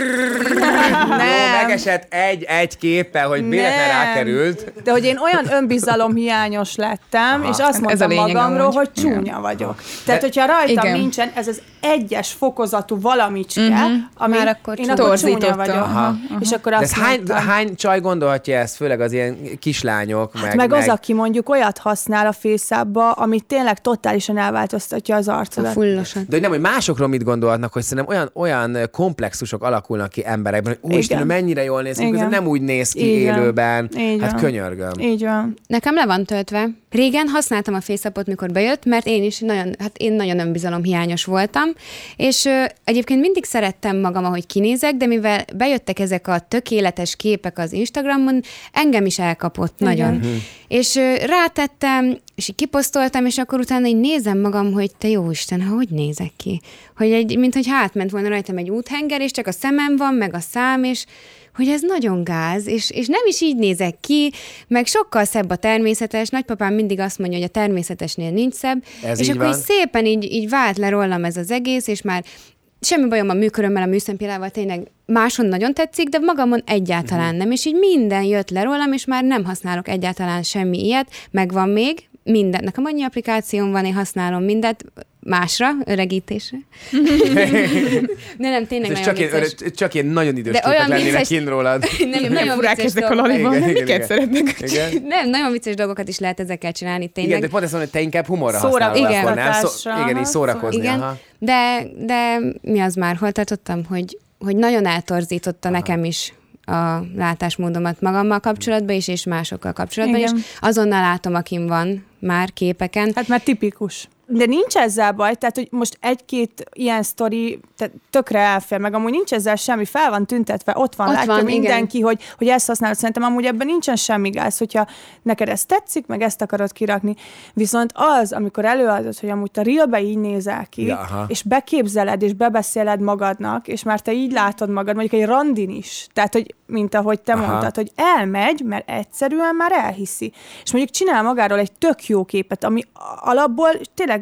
S4: Jó, megesett egy képpel, hogy véletlen rákerült.
S6: De hogy én olyan önbizalomhiányos lettem, és azt
S7: Ez
S6: mondtam
S7: a lényeg
S6: magamról,
S7: amúgy.
S6: hogy csúnya vagyok. Tehát, hogyha rajtam
S7: Igen.
S6: nincsen ez az egyes fokozatú valamicske, ami
S5: Már akkor
S6: én akkor csúnya
S7: torzította.
S6: vagyok.
S7: Aha,
S6: És akkor
S4: De
S6: azt
S4: ez
S6: mondtam.
S4: hány csaj gondolhatja ezt, főleg az ilyen kislányok?
S6: Meg az, aki mondjuk olyat használ a FaceApp-ba, ami tényleg totálisan elváltoztatja az
S5: A
S6: arcodat.
S5: fullosat.
S4: De hogy nem, hogy másokról mit gondolhatnak, hogy szerintem olyan komplexusok alakulnak ki emberekben, hogy úristen,
S6: Igen.
S4: mennyire jól néz ki,
S6: Igen.
S4: közben nem úgy néz ki
S6: Így van.
S4: élőben.
S6: Így
S4: Hát
S6: van.
S4: könyörgöm.
S6: Így van.
S5: Nekem le van töltve. Régen használtam a FaceAppot, mikor bejött, mert én nagyon önbizalomhiányos voltam, és egyébként mindig szerettem magam, ahogy kinézek, de mivel bejöttek ezek a tökéletes képek az Instagramon, engem is elkapott nagyon. És rátettem, és így kiposztoltam, és akkor utána így nézem magam, hogy te jóisten, hogy nézek ki? Hogy minthogy átment volna rajtam egy úthenger, és csak a szemem van, meg a szám, és hogy ez nagyon gáz, és nem is így nézek ki, meg sokkal szebb a természetes. Nagypapám mindig azt mondja, hogy a természetesnél nincs szebb.
S4: Ez
S5: és akkor
S4: van.
S5: szépen így vált le rólam ez az egész, és már semmi bajom a műkörömmel, a műszempillával, tényleg máson nagyon tetszik, de magamon egyáltalán nem. És így minden jött le rólam, és már nem használok egyáltalán semmi ilyet. Megvan még, minden. Nekem annyi applikációm van, én használom mindent másra, öregítésre. De nem, tényleg nagyon vicces.
S4: Csak ilyen nagyon idős képek lennének kint rólad.
S5: Nem, nagyon
S7: Furák
S5: vicces
S7: ezek a laliban,
S4: Igen,
S7: miket
S4: igen.
S7: szeretnek?
S5: Nem, nagyon vicces dolgokat is lehet ezekkel csinálni, tényleg.
S4: Igen, de pont ezt mondom, hogy te inkább humorra
S6: Szórakoztatásra.
S4: használod akkor, nem?
S6: Aha,
S4: Igen, így szórakozni.
S5: Igen,
S4: Aha.
S5: de mi az már, hol tartottam, hogy nagyon eltorzította nekem is a látásmódomat magammal kapcsolatban is, és másokkal kapcsolatban
S6: Igen.
S5: is. Azonnal látom, akin van már képeken.
S6: Hát már tipikus. De nincs ezzel baj, tehát hogy most egy-két ilyen sztori tökre elfér, meg amúgy nincs ezzel semmi, fel van tüntetve, ott látja
S5: van,
S6: mindenki, hogy ezt használod. Szerintem amúgy ebben nincsen semmi gáz, hogyha neked ez tetszik, meg ezt akarod kirakni. Viszont az, amikor előadod, hogy amúgy te realbe így nézel ki,
S4: Ja,
S6: és beképzeled, és bebeszéled magadnak, és már te így látod magad, mondjuk egy randin is. Tehát, hogy mint ahogy te mondtad, hogy elmegy, mert egyszerűen már elhiszi. És mondjuk csinál magáról egy tök jó képet, ami alapból tényleg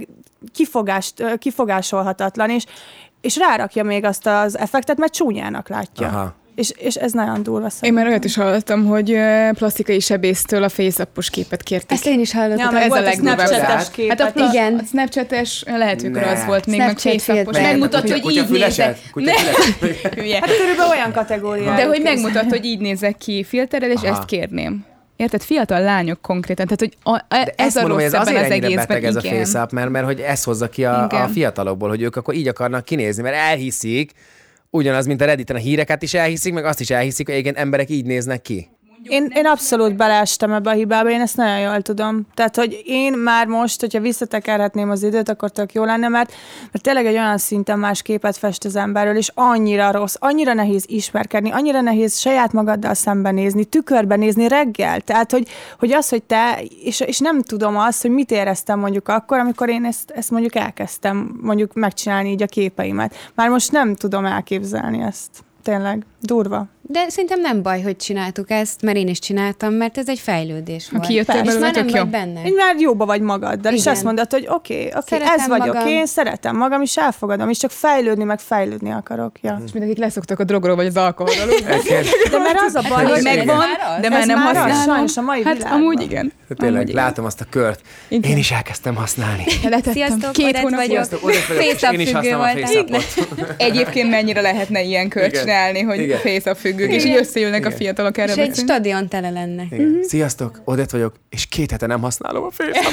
S6: kifogásolhatatlan, és rárakja még azt az effektet, mert csúnyának látja.
S4: Aha.
S6: És ez nagyon durva
S7: Én
S6: szerintem.
S7: már olyat is hallottam, hogy plastikai sebésztől a FaceApp-os képet kérték.
S5: Ezt én is hallottam.
S6: Ja, meg
S7: ez
S6: volt
S7: a
S6: a
S7: legdurvább.
S6: Snapchat-es képet.
S7: Hát a,
S5: igen.
S7: a Snapchat-es lehet, hogy
S4: Ne.
S7: az volt még, meg
S5: Snapchat
S7: FaceApp-os.
S5: filter.
S7: Megmutat, hogy így nézek. Hülye.
S6: Hát körülbelül olyan kategória.
S7: De hogy megmutat, hogy így nézek ki filterrel, és
S4: Aha.
S7: ezt kérném. Érted? Fiatal lányok konkrétan. Tehát, hogy
S4: De
S7: ez
S4: ezt
S7: a
S4: mondom, hogy
S7: rossz
S4: ez
S7: ebben
S4: azért
S7: az
S4: ennyire
S7: egészben.
S4: beteg ez a
S7: Igen.
S4: FaceApp, mert hogy ez hozza ki a
S7: Igen.
S4: fiatalokból, hogy ők akkor így akarnak kinézni, mert elhiszik, ugyanaz, mint a Redditen a híreket is elhiszik, meg azt is elhiszik, hogy igen, emberek így néznek ki.
S6: Én abszolút beleestem ebbe a hibába, én ezt nagyon jól tudom. Tehát, hogy én már most, hogyha visszatekerhetném az időt, akkor tök jó lenne, mert tényleg egy olyan szinten más képet fest az emberről, és annyira rossz, annyira nehéz ismerkedni, annyira nehéz saját magaddal szembenézni, tükörben nézni reggel. Tehát, hogy az, hogy te, és nem tudom azt, hogy mit éreztem mondjuk akkor, amikor én ezt mondjuk elkezdtem mondjuk megcsinálni így a képeimet. Már most nem tudom elképzelni ezt. Tényleg, durva.
S5: De szerintem nem baj, hogy csináltuk ezt, mert én is csináltam, mert ez egy fejlődés volt.
S7: kijöttél
S5: És
S7: belőle,
S5: már nem
S7: tök jó.
S5: vagy benne.
S6: Így már jóba vagy magaddal, és
S5: Igen.
S6: azt mondod, hogy oké,
S5: Szeretem
S6: ez vagyok
S5: magam.
S6: én, szeretem magam, és elfogadom, és csak fejlődni akarok. Ja.
S7: És mindenkik leszoktak a drogról, vagy az alkoholról.
S6: De mert az a baj, hogy
S7: Megvan, de már
S6: ez
S7: nem
S6: már az,
S7: használom.
S6: sajnos a mai
S7: Hát
S6: világban.
S7: amúgy igen.
S4: Tényleg,
S7: Amúgy igen.
S4: látom azt a kört.
S7: Igen.
S4: Én is elkezdtem használni.
S7: Letettem.
S5: Sziasztok,
S7: 2
S5: Odett
S7: hónap
S5: vagyok.
S4: Sziasztok, Odett vagyok, és
S5: FaceApp
S4: én is
S5: függő
S4: használom a
S5: voltam.
S4: FaceAppot.
S7: Egyébként mennyire lehetne ilyen kört
S4: Igen.
S7: csinálni, hogy
S4: Igen.
S7: FaceApp függők, és így összeülnek a fiatalok erre
S5: És egy
S7: beszélni.
S5: stadion tele lenne.
S4: Igen. Sziasztok, Odett vagyok, és 2 hete nem használom a FaceAppot.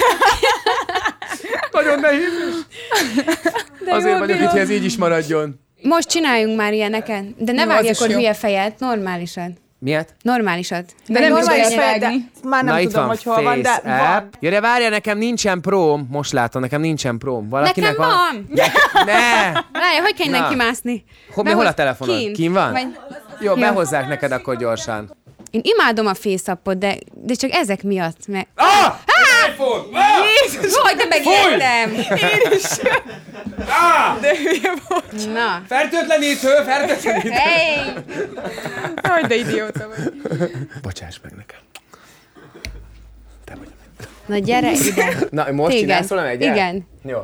S4: Nagyon nehéz. Azért vagyok itt, hogy ez így is maradjon.
S5: Most csináljunk már ilyeneket, de ne
S7: Jó,
S5: vágj
S7: az is
S5: akkor
S7: jó.
S5: hülye fejet, normálisat.
S4: Miért?
S5: Normálisat.
S7: De nem is
S6: Normális
S7: kell
S6: fej, de
S7: rágni.
S6: már nem
S4: Na, itt
S6: tudom,
S4: van
S6: hogy hol van, de
S4: FaceApp.
S6: van.
S4: Ja, de várja, nekem nincsen próm. Most látom, nekem nincsen próm. Valakinek
S5: Nekem van.
S4: Ne!
S5: Várj, hogy kell innen
S4: Na.
S5: kimászni?
S4: Hol a telefonod? Kín van?
S5: Vagy...
S4: Jó, behozzák neked akkor gyorsan.
S5: Én imádom a FaceAppot, de csak ezek miatt. Mert...
S4: iPhone!
S5: Hogy de megértem!
S7: De hülye volt.
S5: Na.
S4: Fertőtlenítő, fertőtlenítő.
S5: Hey!
S7: Hogy de idióta vagy.
S4: Bocsáss meg nekem. Te vagy.
S5: Na gyere ide.
S4: Na, most csinálsz valami egyet?
S5: Igen.
S4: Jó.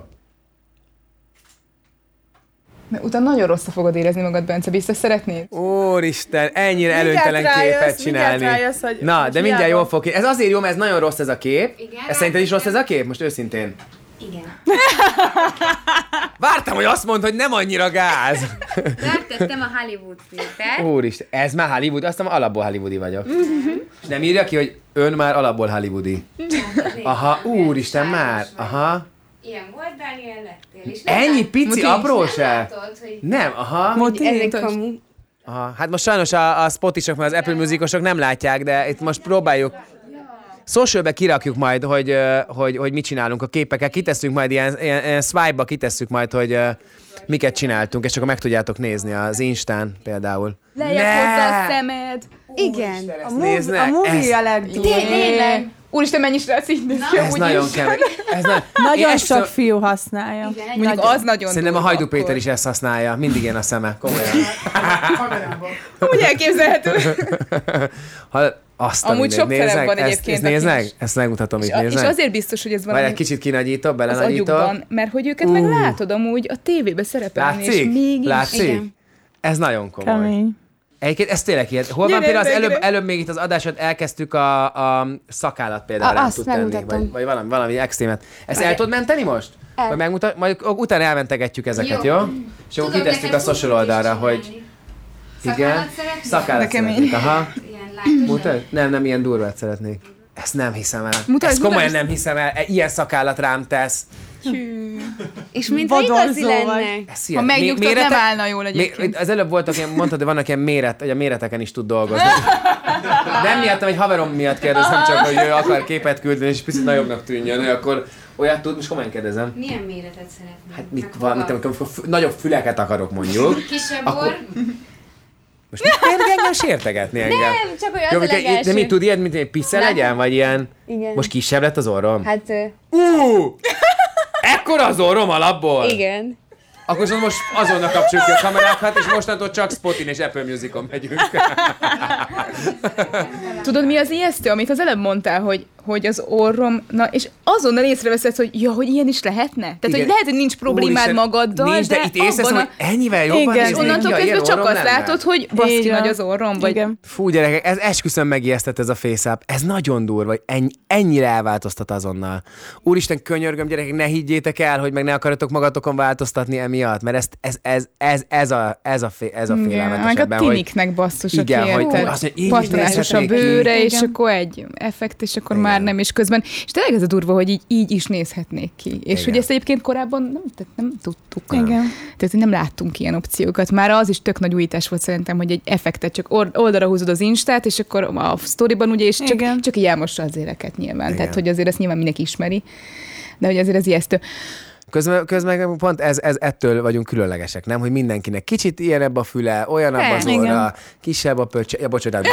S7: De utána nagyon rosszul fogod érezni magad, Bence, biztos szeretnéd?
S4: Úristen, ennyire
S6: Mindjárt
S4: előnytelen
S6: rájössz,
S4: képet csinálni.
S6: mindjárt rájössz, hogy
S4: Na,
S6: most
S4: de mindjárt
S6: hiába.
S4: jól fog ki. Ez azért jó, mert ez nagyon rossz ez a kép.
S5: Igen.
S4: Ez szerinted is rossz ez a kép? Most őszintén.
S5: Igen.
S4: Vártam, hogy azt mondd, hogy nem annyira gáz.
S5: Rátettem a Hollywood filtert.
S4: Úristen, ez már Hollywood, azt mondom, alapból hollywoodi vagyok. És nem írja ki, hogy ön már alapból hollywoodi. Aha, úristen, már. Aha.
S5: Ilyen volt, Daniel, lettél is.
S4: Ennyi pici, apróság?
S5: Látod, hogy
S4: Nem, aha.
S5: ezek kamu.
S4: Aha. Hát most sajnos a Spotisok, meg az Apple Musicosok nem látják, de itt most próbáljuk. Socialbe kirakjuk majd, hogy mit csinálunk a képeket, kitesszük majd ilyen swipe-ba, kitesszük majd, hogy miket csináltunk, és akkor meg tudjátok nézni az Instán például.
S7: Lejjebb hozzá a szemed.
S5: Igen.
S6: A movie a legdurvább.
S7: Tényleg. Úristen, mennyi srác így néz ki.
S4: Ez nagyon kemény.
S6: Nagyon sok fiú használja.
S7: Mondjuk az nagyon
S4: Szerintem a
S7: durva
S4: Hajdú
S7: akkor.
S4: Péter is ezt használja. Mindig ilyen a szeme. Komolyan.
S7: Úgy elképzelhető.
S4: Amúgy
S7: sok szerep van egyébként.
S4: Ezt néznek? Ezt megmutatom, itt néznek.
S7: És azért biztos, hogy ez
S4: Vagy
S7: valami
S4: egy kicsit kinagyítom,
S7: az
S4: belenagyítom.
S7: agyukban, mert hogy őket meg látod amúgy a tévébe szerepelni, és
S4: Látszik?
S7: mégis...
S4: Látszik?
S5: Igen.
S4: Ez nagyon komoly.
S6: Kemény.
S4: Egyébként ez tényleg ilyen. Hol van
S7: Gyere
S4: például
S7: végre.
S4: előbb még itt az adásot elkezdtük a szakállat például rá
S5: Azt
S4: tud tenni,
S5: megmutatom.
S4: vagy valami extrémet. Ezt el tudod menteni most? Majd utána elmentegetjük ezeket, jó? És akkor kitesszük a social oldalra, hogy igen. Szakállat szeretnék, aha. Mutasd? Nem, ilyen durvát szeretnék. Ezt nem hiszem el. Ezt komolyan nem hiszem el. Ilyen szakállat rám tesz.
S5: És mintha igazi
S6: Vadorzó
S5: lenne.
S4: Ez
S7: Ha megnyugtad, nem állna jól egyébként.
S4: Az előbb voltak ilyen, mondtad, hogy vannak ilyen hogy a méreteken is tud dolgozni. Nem miattam, egy haverom miatt kérdezem csak, hogy ő akar képet küldeni, és picit nagyobbnak tűnjön, ő akkor olyat tud, most komolyan kérdezem.
S5: Milyen méretet szeretnél?
S4: Hát amikor nagyobb füleket akarok mondjuk.
S5: Kisebb
S4: Akkor-
S5: orr?
S4: Most miért engem sértegetni engem?
S5: Nem, csak olyan az a
S4: de
S5: legelső.
S4: mit tud ilyet, mint egy pisze legyen, vagy ilyen?
S5: Igen.
S4: Most kisebb lett az orrom?
S5: Hát,
S4: Ekkora az orrom alapból?
S5: igen.
S4: Akkor szóval most azonnal kapcsoljuk ki a kamerákat, és mostantól csak Spotin és Apple Musicon megyünk.
S7: Tudod, mi az ijesztő, amit az előbb mondtál, hogy az orrom, na, és azonnal észreveszed, hogy ja, hogy ilyen is lehetne? Tehát,
S4: Igen.
S7: hogy lehet, hogy nincs problémád
S4: Úristen,
S7: magaddal,
S4: nincs, de itt észreveszem,
S7: abban
S4: hogy ennyivel jobban
S6: Igen.
S7: és
S4: néznék
S7: onnantól
S4: ki, ha
S7: kezdve
S4: ilyen
S7: csak
S4: orrom
S7: azt
S4: lenne.
S7: látod, hogy baszki
S6: Így van.
S7: nagy az orrom, vagy
S6: Igen.
S4: Fú, gyerekek, ez esküszöm megijesztett ez a FaceApp. Ez nagyon durva, hogy ennyire elváltoztat azonnal. Úristen, könyörgöm, gyerekek, ne higgyétek el, hogy meg ne akarjatok magatokon változtatni emiatt, mert ez a félelmetes
S7: meg a
S4: ebben, hogy
S7: tiniknek basszus,
S4: igen,
S7: aki
S4: hogy
S7: érted,
S4: azt mondja, így
S7: pattanásos a
S4: nézhetnék ki.
S7: bőre, és
S6: Igen.
S7: akkor egy effekt, és akkor már nem, és közben, és tényleg ez a durva, hogy így is nézhetnék ki. És
S4: Igen.
S7: hogy ezt egyébként korábban nem tudtuk.
S6: Igen.
S7: Tehát nem láttunk ilyen opciókat. Már az is tök nagy újítás volt szerintem, hogy egy effektet csak oldalra húzod az Instát, és akkor a sztoriban ugye, és csak így elmossa az éleket nyilván.
S4: Igen.
S7: Tehát, hogy azért ezt nyilván mindenki ismeri. De hogy azért ez ijesztő.
S4: Közben pont ez ettől vagyunk különlegesek, nem? Hogy mindenkinek kicsit ilyenebb a füle, olyanabb az
S6: Igen.
S4: orra, kisebb a pöccse. Ja, bocsánat,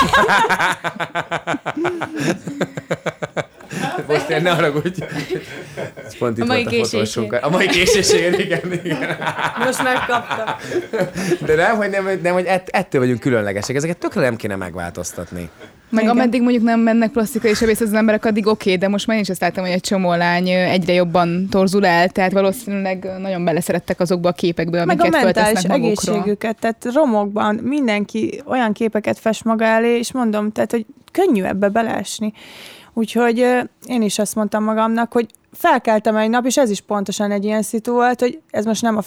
S4: most én ne haragudj. Ez pont itt
S5: A mai
S4: volt a
S5: késésén.
S4: fotósunkkal. A mai késésén, igen.
S6: Most megkaptam.
S4: De nem, hogy ettől vagyunk különlegesek. Ezeket tökre nem kéne megváltoztatni.
S7: Meg
S6: Igen.
S7: ameddig mondjuk nem mennek plastikai sebész az emberek, addig oké, de most már én is azt láttam, hogy egy csomó lány egyre jobban torzul el, tehát valószínűleg nagyon beleszerettek azokba a képekbe,
S6: Meg
S7: amiket
S6: a mentális
S7: föltesznek magukról.
S6: egészségüket, tehát romokban mindenki olyan képeket fest maga elé, és mondom, tehát, hogy könnyű ebbe beleesni. Úgyhogy én is azt mondtam magamnak, hogy felkeltem egy nap, és ez is pontosan egy ilyen szitu volt, hogy ez most nem a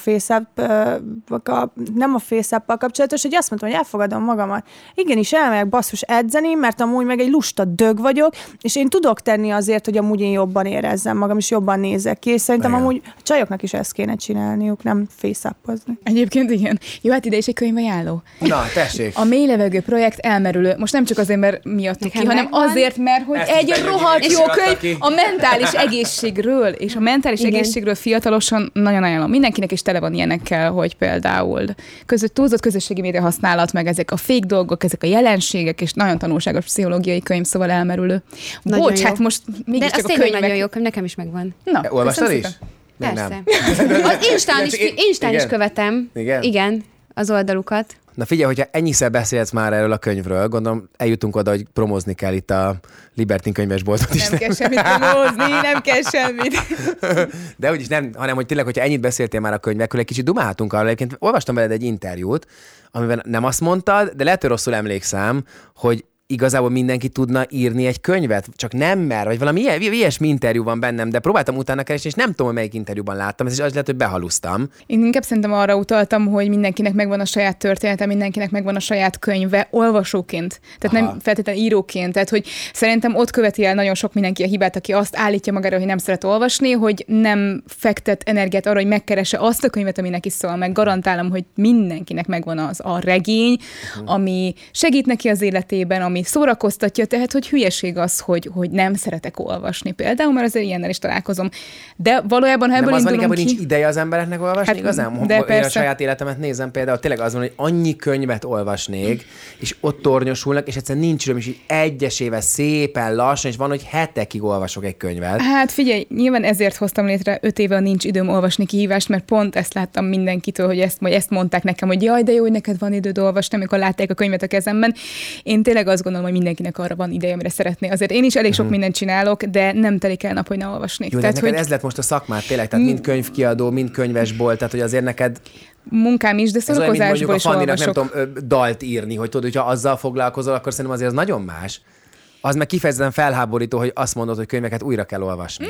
S6: FaceApp-al kapcsolatos, hogy azt mondtam, hogy elfogadom magamat. Igenis, elmegyek basszus edzeni, mert amúgy meg egy lusta dög vagyok, és én tudok tenni azért, hogy amúgy én jobban érezzem magam, és jobban nézek ki, és szerintem
S4: Igen.
S6: amúgy a csajoknak is ezt kéne csinálniuk, nem FaceApp-ozni.
S7: Egyébként igen. Jó, hát ide is egy könyvajánló.
S4: Na, tessék.
S7: A Mély Levegő projekt elmerülő. Most nem csak azért, mert miattuk ki,
S5: Nekem
S7: hanem
S5: megvan.
S7: azért, mert hogy
S4: Ezt
S7: egy
S4: is
S7: rohadt
S4: begyűjtjük,
S7: jó
S4: és adta
S7: könyv
S4: ki.
S7: a mentális egészségről, és a mentális
S5: Igen.
S7: egészségről fiatalosan nagyon ajánlom. Mindenkinek is tele van ilyenekkel, hogy például túlzott közösségi média használat, meg ezek a fake dolgok, ezek a jelenségek, és nagyon tanulságos pszichológiai könyv, szóval elmerülő.
S5: Nagyon
S7: Bocs,
S5: jó.
S7: hát most
S5: De
S7: mégis
S5: az
S7: csak a
S5: tényleg
S7: könyvek.
S5: nagyon jó, nekem is megvan.
S7: Na,
S4: Olvastad
S7: köszönöm
S4: is?
S7: szépen.
S4: Még
S5: Persze.
S4: nem.
S5: Az Instán is,
S4: Csak
S5: Instán is
S4: igen.
S5: követem.
S4: Igen?
S5: Igen, az oldalukat.
S4: Na figyelj, hogyha ennyiszer beszélsz már erről a könyvről, gondolom eljutunk oda, hogy promózni kell itt a Libertin könyvesboltot is.
S7: Nem kell semmit promózni, nem kell semmit.
S4: De úgyis nem, hanem hogy tényleg, hogyha ennyit beszéltél már a könyvekről, egy kicsit dumálhatunk arra. Egyébként olvastam veled egy interjút, amiben nem azt mondtad, de lehet, hogy rosszul emlékszem, hogy igazából mindenki tudna írni egy könyvet, csak nem mer, vagy valami ilyesmi interjú van bennem, de próbáltam utána keresni, és nem tudom, hogy melyik interjúban láttam, és az lehet, hogy behalusztam.
S7: Én inkább szerintem arra utaltam, hogy mindenkinek megvan a saját története, mindenkinek megvan a saját könyve, olvasóként, tehát
S4: Aha.
S7: nem feltétlenül íróként. Tehát, hogy szerintem ott követi el nagyon sok mindenki a hibát, aki azt állítja magára, hogy nem szeret olvasni, hogy nem fektet energiát arra, hogy megkeresse azt a könyvet, ami neki szól. Meg garantálom, hogy mindenkinek megvan az a regény, ami segít neki az életében, ami ami szórakoztatja, tehát hogy hülyeség az, hogy nem szeretek olvasni például, mert azért ilyennel is találkozom. De valójában, ha ebből
S4: nem az van
S7: indulunk
S4: inkább, hogy nincs ideje az embereknek olvasni,
S7: Hát,
S4: igazán?
S7: de
S4: Én a
S7: persze.
S4: saját életemet nézem például, tényleg az van, hogy annyi könyvet olvasnék, és ott tornyosulnak, és egyszerűen nincs időm, és így egyesével szépen lassan, és van, hogy hetekig olvasok egy könyvet.
S7: Hát figyelj, nyilván ezért hoztam létre 5 éve a Nincs időm olvasni kihívást, mert pont ezt láttam mindenkitől, hogy ezt mondták nekem, hogy jaj, de jó, hogy neked van időd olvasni, amikor látták a könyvet a kezemben. Én tényleg azt gondolom, hogy mindenkinek arra van ideje, amire szeretné. Azért én is elég sok mindent csinálok, de nem telik el nap, hogy ne olvasnék.
S4: Jó,
S7: tehát,
S4: neked ez lett most a szakmád tényleg, tehát mind könyvkiadó, mind könyvesbolt, tehát hogy azért neked
S7: munkám is, de
S4: ez olyan, mint mondjuk
S7: szórakozásból
S4: a
S7: is
S4: Fanninak, nem
S7: olvasok.
S4: tudom, dalt írni, hogy tudod, hogyha azzal foglalkozol, akkor szerintem azért az nagyon más. Az meg kifejezetten felháborító, hogy azt mondod, hogy könyveket újra kell olvasni.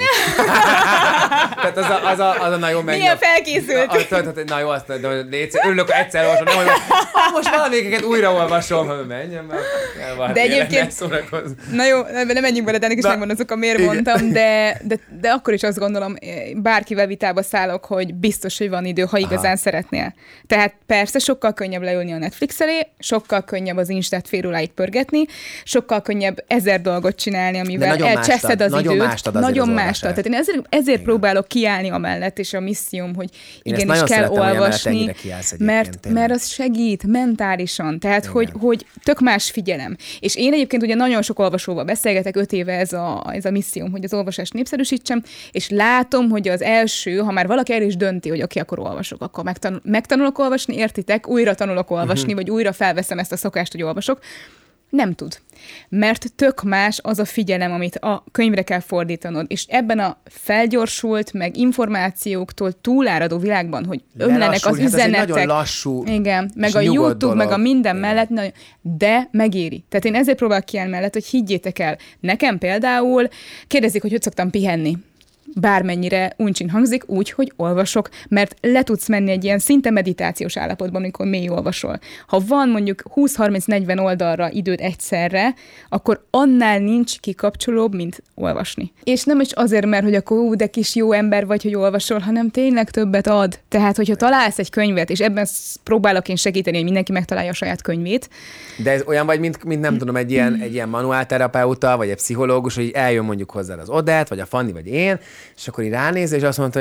S4: Tehát az a nagyon menj.
S7: Milyen felkészült.
S4: Na jó, azt örülök, hogy egyszer olvasom, nem mondom, most valamelyeket újra olvasom, menjem már.
S7: De egyébként, na jó, nem menjünk bele, de ennek is megmondom azok, miért mondtam, de akkor is azt gondolom, bárkivel vitába szállok, hogy biztos, hogy van idő, ha igazán szeretnél. Tehát persze sokkal könnyebb leülni a Netflix elé, sokkal könnyebb az Instát fél óráig pörgetni, sokkal könnyebb 1000 dolgot csinálni, amivel elcseszed az időt. Nagyon mástad. Tehát én ezért próbálok kiállni amellett, és a misszióm, hogy igenis kell olvasni, mert az segít mentálisan. Tehát, hogy tök más figyelem. És én egyébként ugye nagyon sok olvasóval beszélgetek, 5 éve ez a misszióm, hogy az olvasást népszerűsítsem, és látom, hogy az első, ha már valaki el is dönti, hogy oké, akkor olvasok, akkor megtanulok olvasni, értitek, újra tanulok olvasni, vagy újra felveszem ezt a szokást, hogy olvasok. Nem tud. Mert tök más az a figyelem, amit a könyvre kell fordítanod. És ebben a felgyorsult, meg információktól túláradó világban, hogy ömlenek az üzenetek. Hát
S4: nagyon lassú.
S7: Igen, meg a YouTube, dolog. Meg a minden mellett, de megéri. Tehát én ezért próbálok ki el mellett, hogy higgyétek el. Nekem például kérdezik, hogy szoktam pihenni. Bármennyire uncsin hangzik, úgy, hogy olvasok, mert le tudsz menni egy ilyen szinte meditációs állapotban, amikor mély olvasol. Ha van mondjuk 20-30-40 oldalra időd egyszerre, akkor annál nincs kikapcsolóbb, mint olvasni. És nem is azért, mert hogy akkor de kis jó ember vagy, hogy olvasol, hanem tényleg többet ad. Tehát, hogyha találsz egy könyvet, és ebben próbálok én segíteni, hogy mindenki megtalálja a saját könyvét.
S4: De ez olyan vagy, mint nem tudom, egy ilyen manuálterapeuta, vagy egy pszichológus, hogy eljön mondjuk hozzá az Odett, vagy a Fanni, vagy én, és akkor így ránéz, és azt mondta,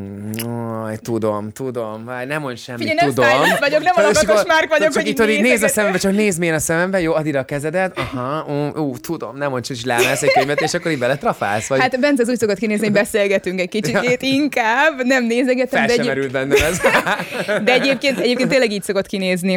S4: hogy tudom, nem mondj semmit,
S7: figyelj,
S4: tudom.
S7: Figyelj, nem vagyok, nem alapokos márk vagyok,
S4: hogy így nézz a szemembe, csak nézd milyen a szemembe, jó, add ide a kezedet, tudom, nem mondj, hogy leállsz egy könyvet, és akkor így beletrafálsz, vagy... Hát
S7: Bence, az úgy szokott kinézni, hogy beszélgetünk egy kicsikét, inkább, nem nézegetem.
S4: Fel sem merült bennem ez.
S7: De egyébként tényleg így szokott kinézni,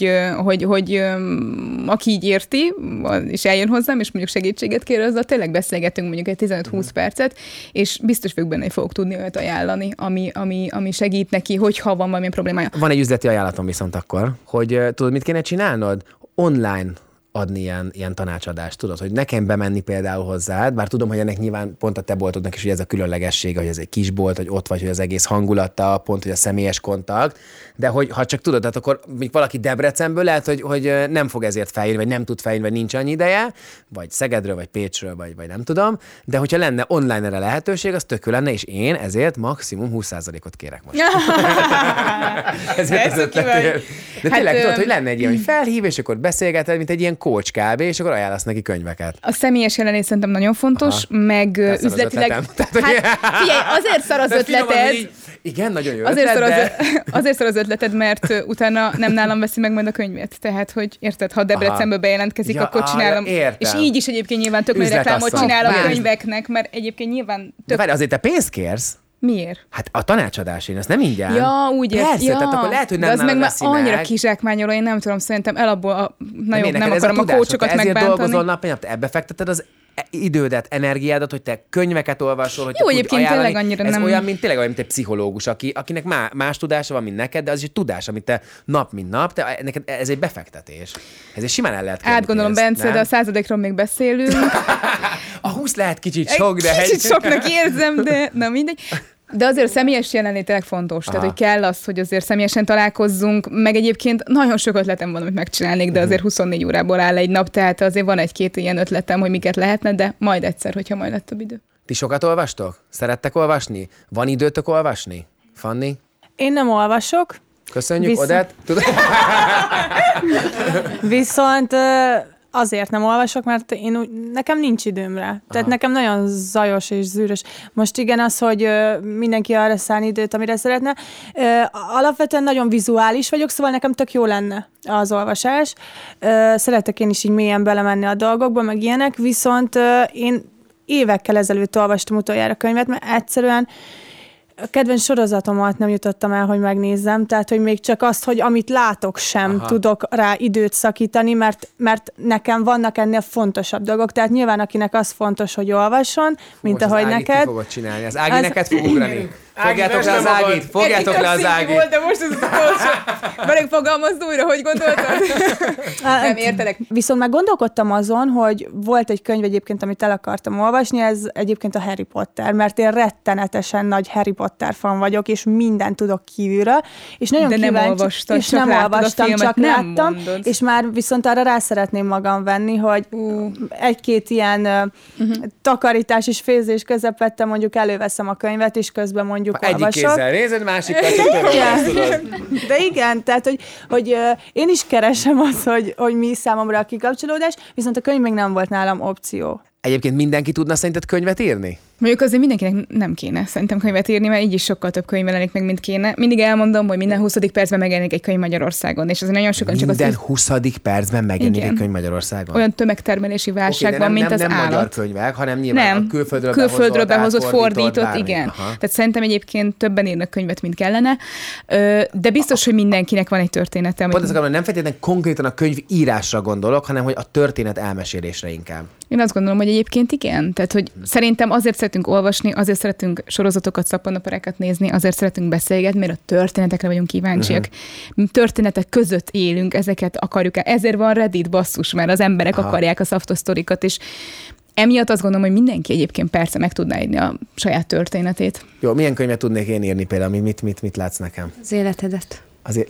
S7: hogy aki így érti, és eljön hozzám, és mondjuk segítséget kér, azzal tényleg beszélgetünk mondjuk egy 15-20 percet, és biztos vagyok benne, hogy fogok tudni olyat ajánlani, ami segít neki, hogyha van valamilyen problémája.
S4: Van egy üzleti ajánlatom viszont akkor, hogy tudod, mit kéne csinálnod? Online adni ilyen tanácsadást, tudod, hogy nekem bemenni például hozzád, bár tudom, hogy ennek nyilván pont a te boltodnak is, hogy ez a különlegessége, hogy ez egy kis bolt, hogy ott vagy, hogy az egész hangulata, pont, hogy a személyes kontakt, de hogy ha csak tudod, tehát akkor még valaki Debrecenből lehet, hogy nem fog ezért feljönni, vagy nem tud feljönni, vagy nincs annyi ideje, vagy Szegedről, vagy Pécsről, vagy nem tudom, de hogyha lenne online erre lehetőség, az tök jó lenne, és én ezért maximum 20%-ot kérek most. De tényleg tudod, hogy lenne egy ilyen, hogy felhív, és akkor beszélgeted, mint egy ilyen coach kb., és akkor ajánlasz neki könyveket.
S7: A személyes jelenlét szerintem nagyon fontos, meg üzletileg... Figyelj, azért szar az ötleted.
S4: Igen, nagyon jó ötlet,
S7: azért szar az ötleted, mert utána nem nálam veszi meg majd a könyvet. Tehát, hogy érted, ha Debrecenből bejelentkezik, akkor csinálom.
S4: Értem.
S7: És így is egyébként nyilván tök nagy reklámot csinálok a könyveknek, mert egyébként nyilván tök...
S4: De várj, azért te pénzt kérsz?
S7: Miért?
S4: Hát a tanácsadás, én ezt nem ingyen.
S7: Ja, úgy értem.
S4: Persze, tehát akkor lehet, hogy nem
S7: de az meg már annyira
S4: meg.
S7: Kizsákmányoló, én nem tudom, szerintem elabból nem akarom a coachokat megbántani.
S4: Ezért dolgozol nap, te ebbe fekteted az idődet, energiádat, hogy te könyveket olvasol, hogy
S7: jó,
S4: te
S7: egyébként
S4: tudj ajánlani.
S7: Tényleg
S4: ez
S7: nem...
S4: olyan, mint egy pszichológus, akinek más tudása van, mint neked, de az is egy tudás, amit te nap, mint nap, neked ez egy befektetés. Ez simán el lehet kérni.
S7: Átgondolom, Bence, de a 100%-ról még beszélünk.
S4: A 20 lehet kicsit sok, de...
S7: Kicsit soknak érzem, de na mindegy. De azért a személyes jelenlétek fontos, tehát hogy kell az, hogy azért személyesen találkozzunk, meg egyébként nagyon sok ötletem van, amit megcsinálnék, de azért 24 órából áll egy nap, tehát azért van egy-két ilyen ötletem, hogy miket lehetne, de majd egyszer, hogyha majd lett több idő.
S4: Ti sokat olvastok? Szerettek olvasni? Van időtök olvasni? Fanni?
S6: Én nem olvasok.
S4: Köszönjük, Odett.
S6: Viszont azért nem olvasok, mert nekem nincs időm rá. Tehát nekem nagyon zajos és zűrös. Most igen, az, hogy mindenki arra szán időt, amire szeretne. Alapvetően nagyon vizuális vagyok, szóval nekem tök jó lenne az olvasás. Szeretek én is így mélyen belemenni a dolgokba, meg ilyenek, viszont én évekkel ezelőtt olvastam utoljára könyvet, mert egyszerűen a kedvenc sorozatomat nem jutottam el, hogy megnézzem, tehát, hogy még csak azt, hogy amit látok sem tudok rá időt szakítani, mert nekem vannak ennél fontosabb dolgok. Tehát nyilván akinek az fontos, hogy olvasson, mint ahogy neked.
S4: Fogod csinálni. Az Ági neked fog ugrani. Fogjátok le az Ágit! Fogjátok le az Ágit!
S7: Volt, de most ez utolsó. Fogalmazd újra, hogy gondoltad? Nem értelek.
S6: Viszont már gondolkodtam azon, hogy volt egy könyv egyébként, amit el akartam olvasni, ez egyébként a Harry Potter, mert én rettenetesen nagy Harry Potter fan vagyok, és mindent tudok kívülről, és nagyon
S7: kíváncsi.
S6: Nem olvastad, és nem olvastam, filmet, csak nem láttam, mondod. És már viszont arra rá szeretném magam venni, hogy egy-két ilyen takarítás és fézés közepette mondjuk előveszem a könyvet, és közben mondjuk
S4: egyik kézzel nézed, másikkal csak tudod.
S6: De igen, tehát, hogy én is keresem azt, hogy mi számomra a kikapcsolódás, viszont a könyv még nem volt nálam opció.
S4: Egyébként mindenki tudna szerinted könyvet írni?
S7: Mondjuk azért mindenkinek nem kéne szerintem könyvet írni, mert így is sokkal több könyv jelenik meg, mint kéne. Mindig elmondom, hogy minden 20. percben megjelenik egy könyv Magyarországon, és azért nagyon sokan csak
S4: minden 20. percben megjelenik egy könyv Magyarországon.
S7: Olyan tömegtermelési válság van, mint az állat.
S4: Nem magyar könyvek, hanem nyilván
S7: nem.
S4: Külföldről behozott,
S7: fordított, igen. Tehát szerintem egyébként többen írnak könyvet, mint kellene, de biztos, hogy mindenkinek van egy története.
S4: Pont ezek, nem feltétlenül konkrétan a könyv írásra gondolok, hanem hogy a történet elmesélésre inkább.
S7: Én azt gondolom, hogy egyébként igen. Tehát, hogy szerintem azért szeretünk olvasni, azért szeretünk sorozatokat, szappanoperákat nézni, azért szeretünk beszélgetni, mert a történetekre vagyunk kíváncsiak. Történetek között élünk, ezeket akarjuk el. Ezért van Reddit, basszus, mert az emberek akarják a szaftosztorikat, és emiatt azt gondolom, hogy mindenki egyébként persze meg tudná írni a saját történetét. Jó, milyen könyvet tudnék én írni például? Mit látsz nekem?
S5: Az életedet.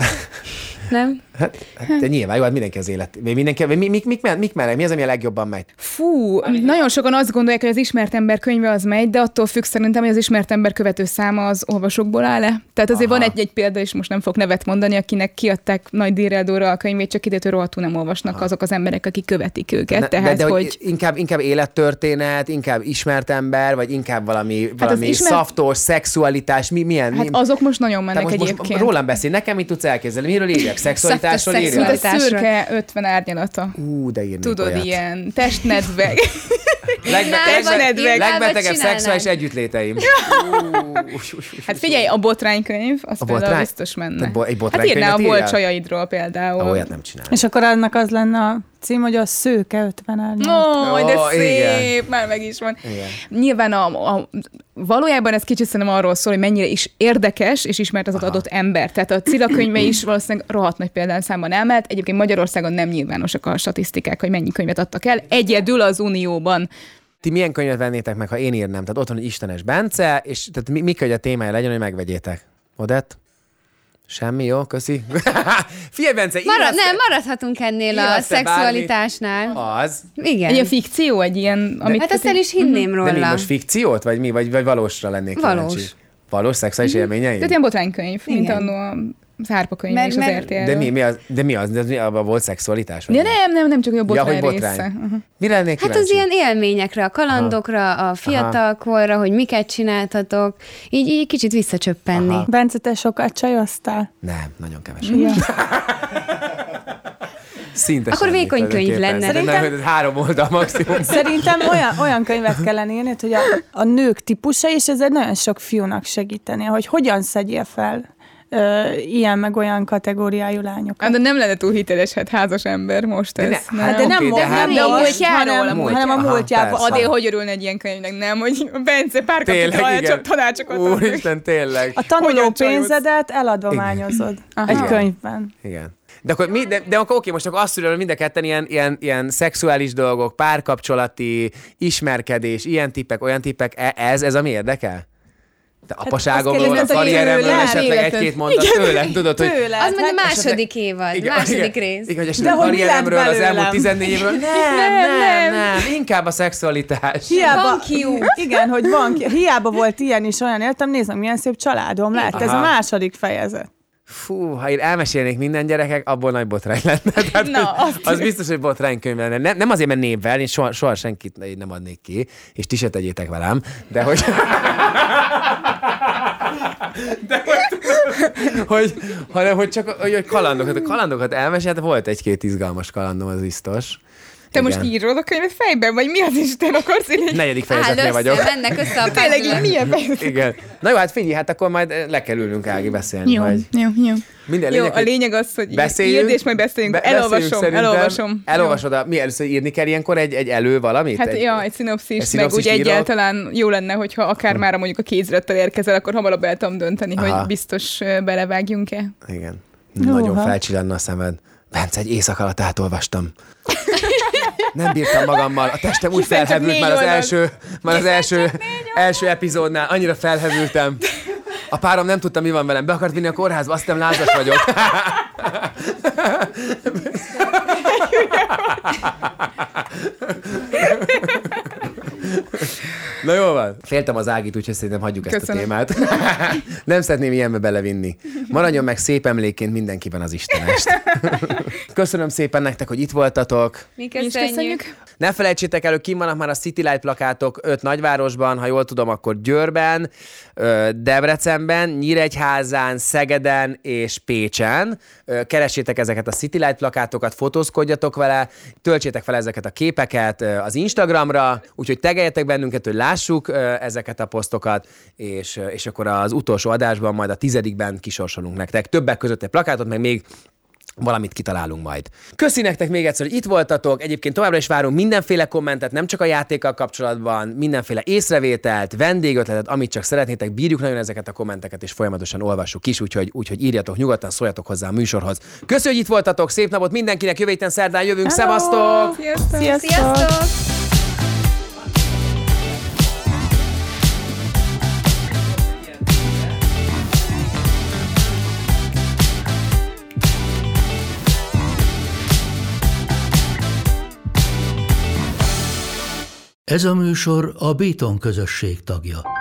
S7: Nem?
S4: De nyilván, jó, hát mindenki az élet. Mi az, ami a legjobban megy?
S7: Fú, nagyon sokan azt gondolják, hogy az ismert ember könyve az megy, de attól függ szerintem, hogy az ismert ember követő száma az olvasókból áll-e. Tehát azért van egy példa, és most nem fog nevet mondani, akinek kiadták nagy díjra a könyvét, csak idétől rohadtul nem olvasnak azok az emberek, akik követik őket.
S4: De hogy inkább élettörténet, inkább ismert ember, vagy inkább valami szaftos, szexualitás, milyen?
S7: Hát azok most nagyon mennek egyébként.
S4: Most rólam beszél, nekem mit tudsz elképzelni? Miről írják? Szexualitásról írják?
S7: Mint a szürke 50 árnyalata.
S4: De írnék
S7: tudod,
S4: olyat.
S7: Ilyen testnedveg.
S4: Legbetegebb szexuális együttléteim.
S7: Hát figyelj, a botránykönyv, az például biztos menne. Hát írná a volt csajaidról például.
S4: Olyat nem csinál.
S6: És akkor annak az lenne a cím, hogy a szőke 50 árnyalat.
S7: De szép, már meg is van. Igen. Nyilván valójában ez kicsit szerintem arról szól, hogy mennyire is érdekes és ismert az adott ember. Tehát a Cilla könyve is valószínűleg rohadt nagy példányszámban elmelt. Egyébként Magyarországon nem nyilvánosak a statisztikák, hogy mennyi könyvet adtak el. Egyedül az Unióban.
S4: Ti milyen könyvet vennétek meg, ha én írnám? Tehát ott van, hogy Istenes Bence, és tehát mi kell, hogy a témája legyen, hogy megvegyétek? Odett? Semmi, jó, köszi. Figyelj, Bence,
S5: maradhatunk ennél a szexualitásnál.
S4: Az.
S5: Igen.
S7: Egy ilyen fikció, egy ilyen...
S5: Hát ezt el is hinném róla.
S4: De mi most fikciót, vagy mi? Vagy valósra lennék kíváncsi? Valós szexuális élményeim?
S7: Tehát ilyen botránykönyv, mint annó az Árpa-könyv és az RTL-ről.
S4: De mi az? Volt szexualitás?
S7: Ja, nem csak a botrány része.
S4: Mire lennék kíváncsi?
S5: Hát az ilyen élményekre, a kalandokra, a fiatalkorra, hogy miket csináltatok, így kicsit visszacsöppenni.
S6: Bence, te sokat csajoztál?
S4: Nem, nagyon keveset. Szintesen.
S5: Akkor vékony könyv lenne.
S4: Szerintem 3 oldal maximum.
S6: Szerintem olyan könyvet kellene írni, hogy a nők típusa, és ezért nagyon sok fiúnak segíteni, hogy hogyan szedjél fel ilyen meg olyan kategóriájú lányokat.
S7: De nem lenne túl hiteles, hát házas ember most ez.
S6: De nem a múltjáról, hanem a múltjából.
S7: Adél, hogy örülne egy ilyen könyvnek, nem, hogy Bence párkapcsolat tanácsokat ad.
S4: Úristen, tényleg.
S6: A tanuló pénzedet eladományozod egy könyvben.
S4: Igen. De akkor oké, most akkor azt tudom, hogy mind a ketten ilyen szexuális dolgok, párkapcsolati, ismerkedés, ilyen tippek, olyan tippek, ez ami érdekel? Te apaságomról, a karrieremről esetleg egy-két mondat tőlem, tudod, hogy...
S5: Az majd a második évad, második rész.
S4: Igen, hogy esetleg a karrieremről, az elmúlt 14 évről. Nem, inkább a szexualitás.
S5: Van kiú.
S6: Igen, hogy van ki. Hiába volt ilyen is, olyan éltem, nézd meg, milyen szép családom lett. Ez a második fejezet.
S4: Fú, ha én elmesélnék minden gyerekek, abból nagy botrány lenne. Tehát,
S7: Na,
S4: az biztos, hogy botránykönyv lenne. Nem azért, mert névvel, én soha senkit nem adnék ki, és ti se tegyétek velem, de hogy... hanem hogy csak hogy kalandokat elmesélte, volt egy-két izgalmas kalandom, az biztos.
S7: Te most írod a könyvet fejben, vagy mi az Isten akarsz írni?
S4: 4. fejezetnél vagyok.
S5: Mennek össze a
S7: Tényleg, milyen fejezet?
S4: Igen. Na jó, hát figyelj, hát akkor majd le kell ülnünk, Ági, beszélni.
S7: Jó.
S4: Minden
S7: Jó, a lényeg az, hogy írd, és majd beszéljünk. Elolvasom.
S4: Elolvasod, mi először írni kell ilyenkor egy elő valamit?
S7: Hát egy szinopszis, meg úgy egyáltalán jó lenne, hogyha akár már mondjuk a kézirattal érkezel, akkor hamarabb el tudom dönteni, hogy biztos belevágjunk-e.
S4: Igen. Nagyon felcsillanna a szemed. Bence, egy éjszak alatt átolvastam. Nem bírtam magammal. A testem úgy felhevült már az első epizódnál. Annyira felhevültem. A párom nem tudta, mi van velem. Be akart vinni a kórházba, azt hiszem lázas vagyok. Na jó van. Féltem az Ágit, úgyhogy szerintem hagyjuk ezt a témát. Nem szeretném ilyenbe belevinni. Maradjon meg szép emlékként mindenkiben az Istenest. Köszönöm szépen nektek, hogy itt voltatok.
S5: Mi köszönjük.
S4: Ne felejtsétek el, hogy kim vannak már a City Light plakátok 5 nagyvárosban, ha jól tudom, akkor Győrben, Debrecenben, Nyíregyházán, Szegeden és Pécsen. Keressétek ezeket a City Light plakátokat, fotózkodjatok vele, töltsétek fel ezeket a képeket az Instagramra, úgyhogy tegeljetek bennünket, hogy lássuk ezeket a posztokat, és akkor az utolsó adásban, majd a 10-ben kisorsolunk nektek többek között egy plakátot, meg még valamit kitalálunk majd. Köszi nektek még egyszer, hogy itt voltatok. Egyébként továbbra is várunk mindenféle kommentet, nem csak a játékkal kapcsolatban, mindenféle észrevételt, vendégötletet, amit csak szeretnétek. Bírjuk nagyon ezeket a kommenteket, és folyamatosan olvassuk is, úgyhogy írjatok nyugodtan, szóljatok hozzá a műsorhoz. Köszi, hogy itt voltatok, szép napot mindenkinek, jövő héten szerdán jövünk. Hello! Szevasztok!
S7: Sziasztok!
S1: Ez a műsor a Béton közösség tagja.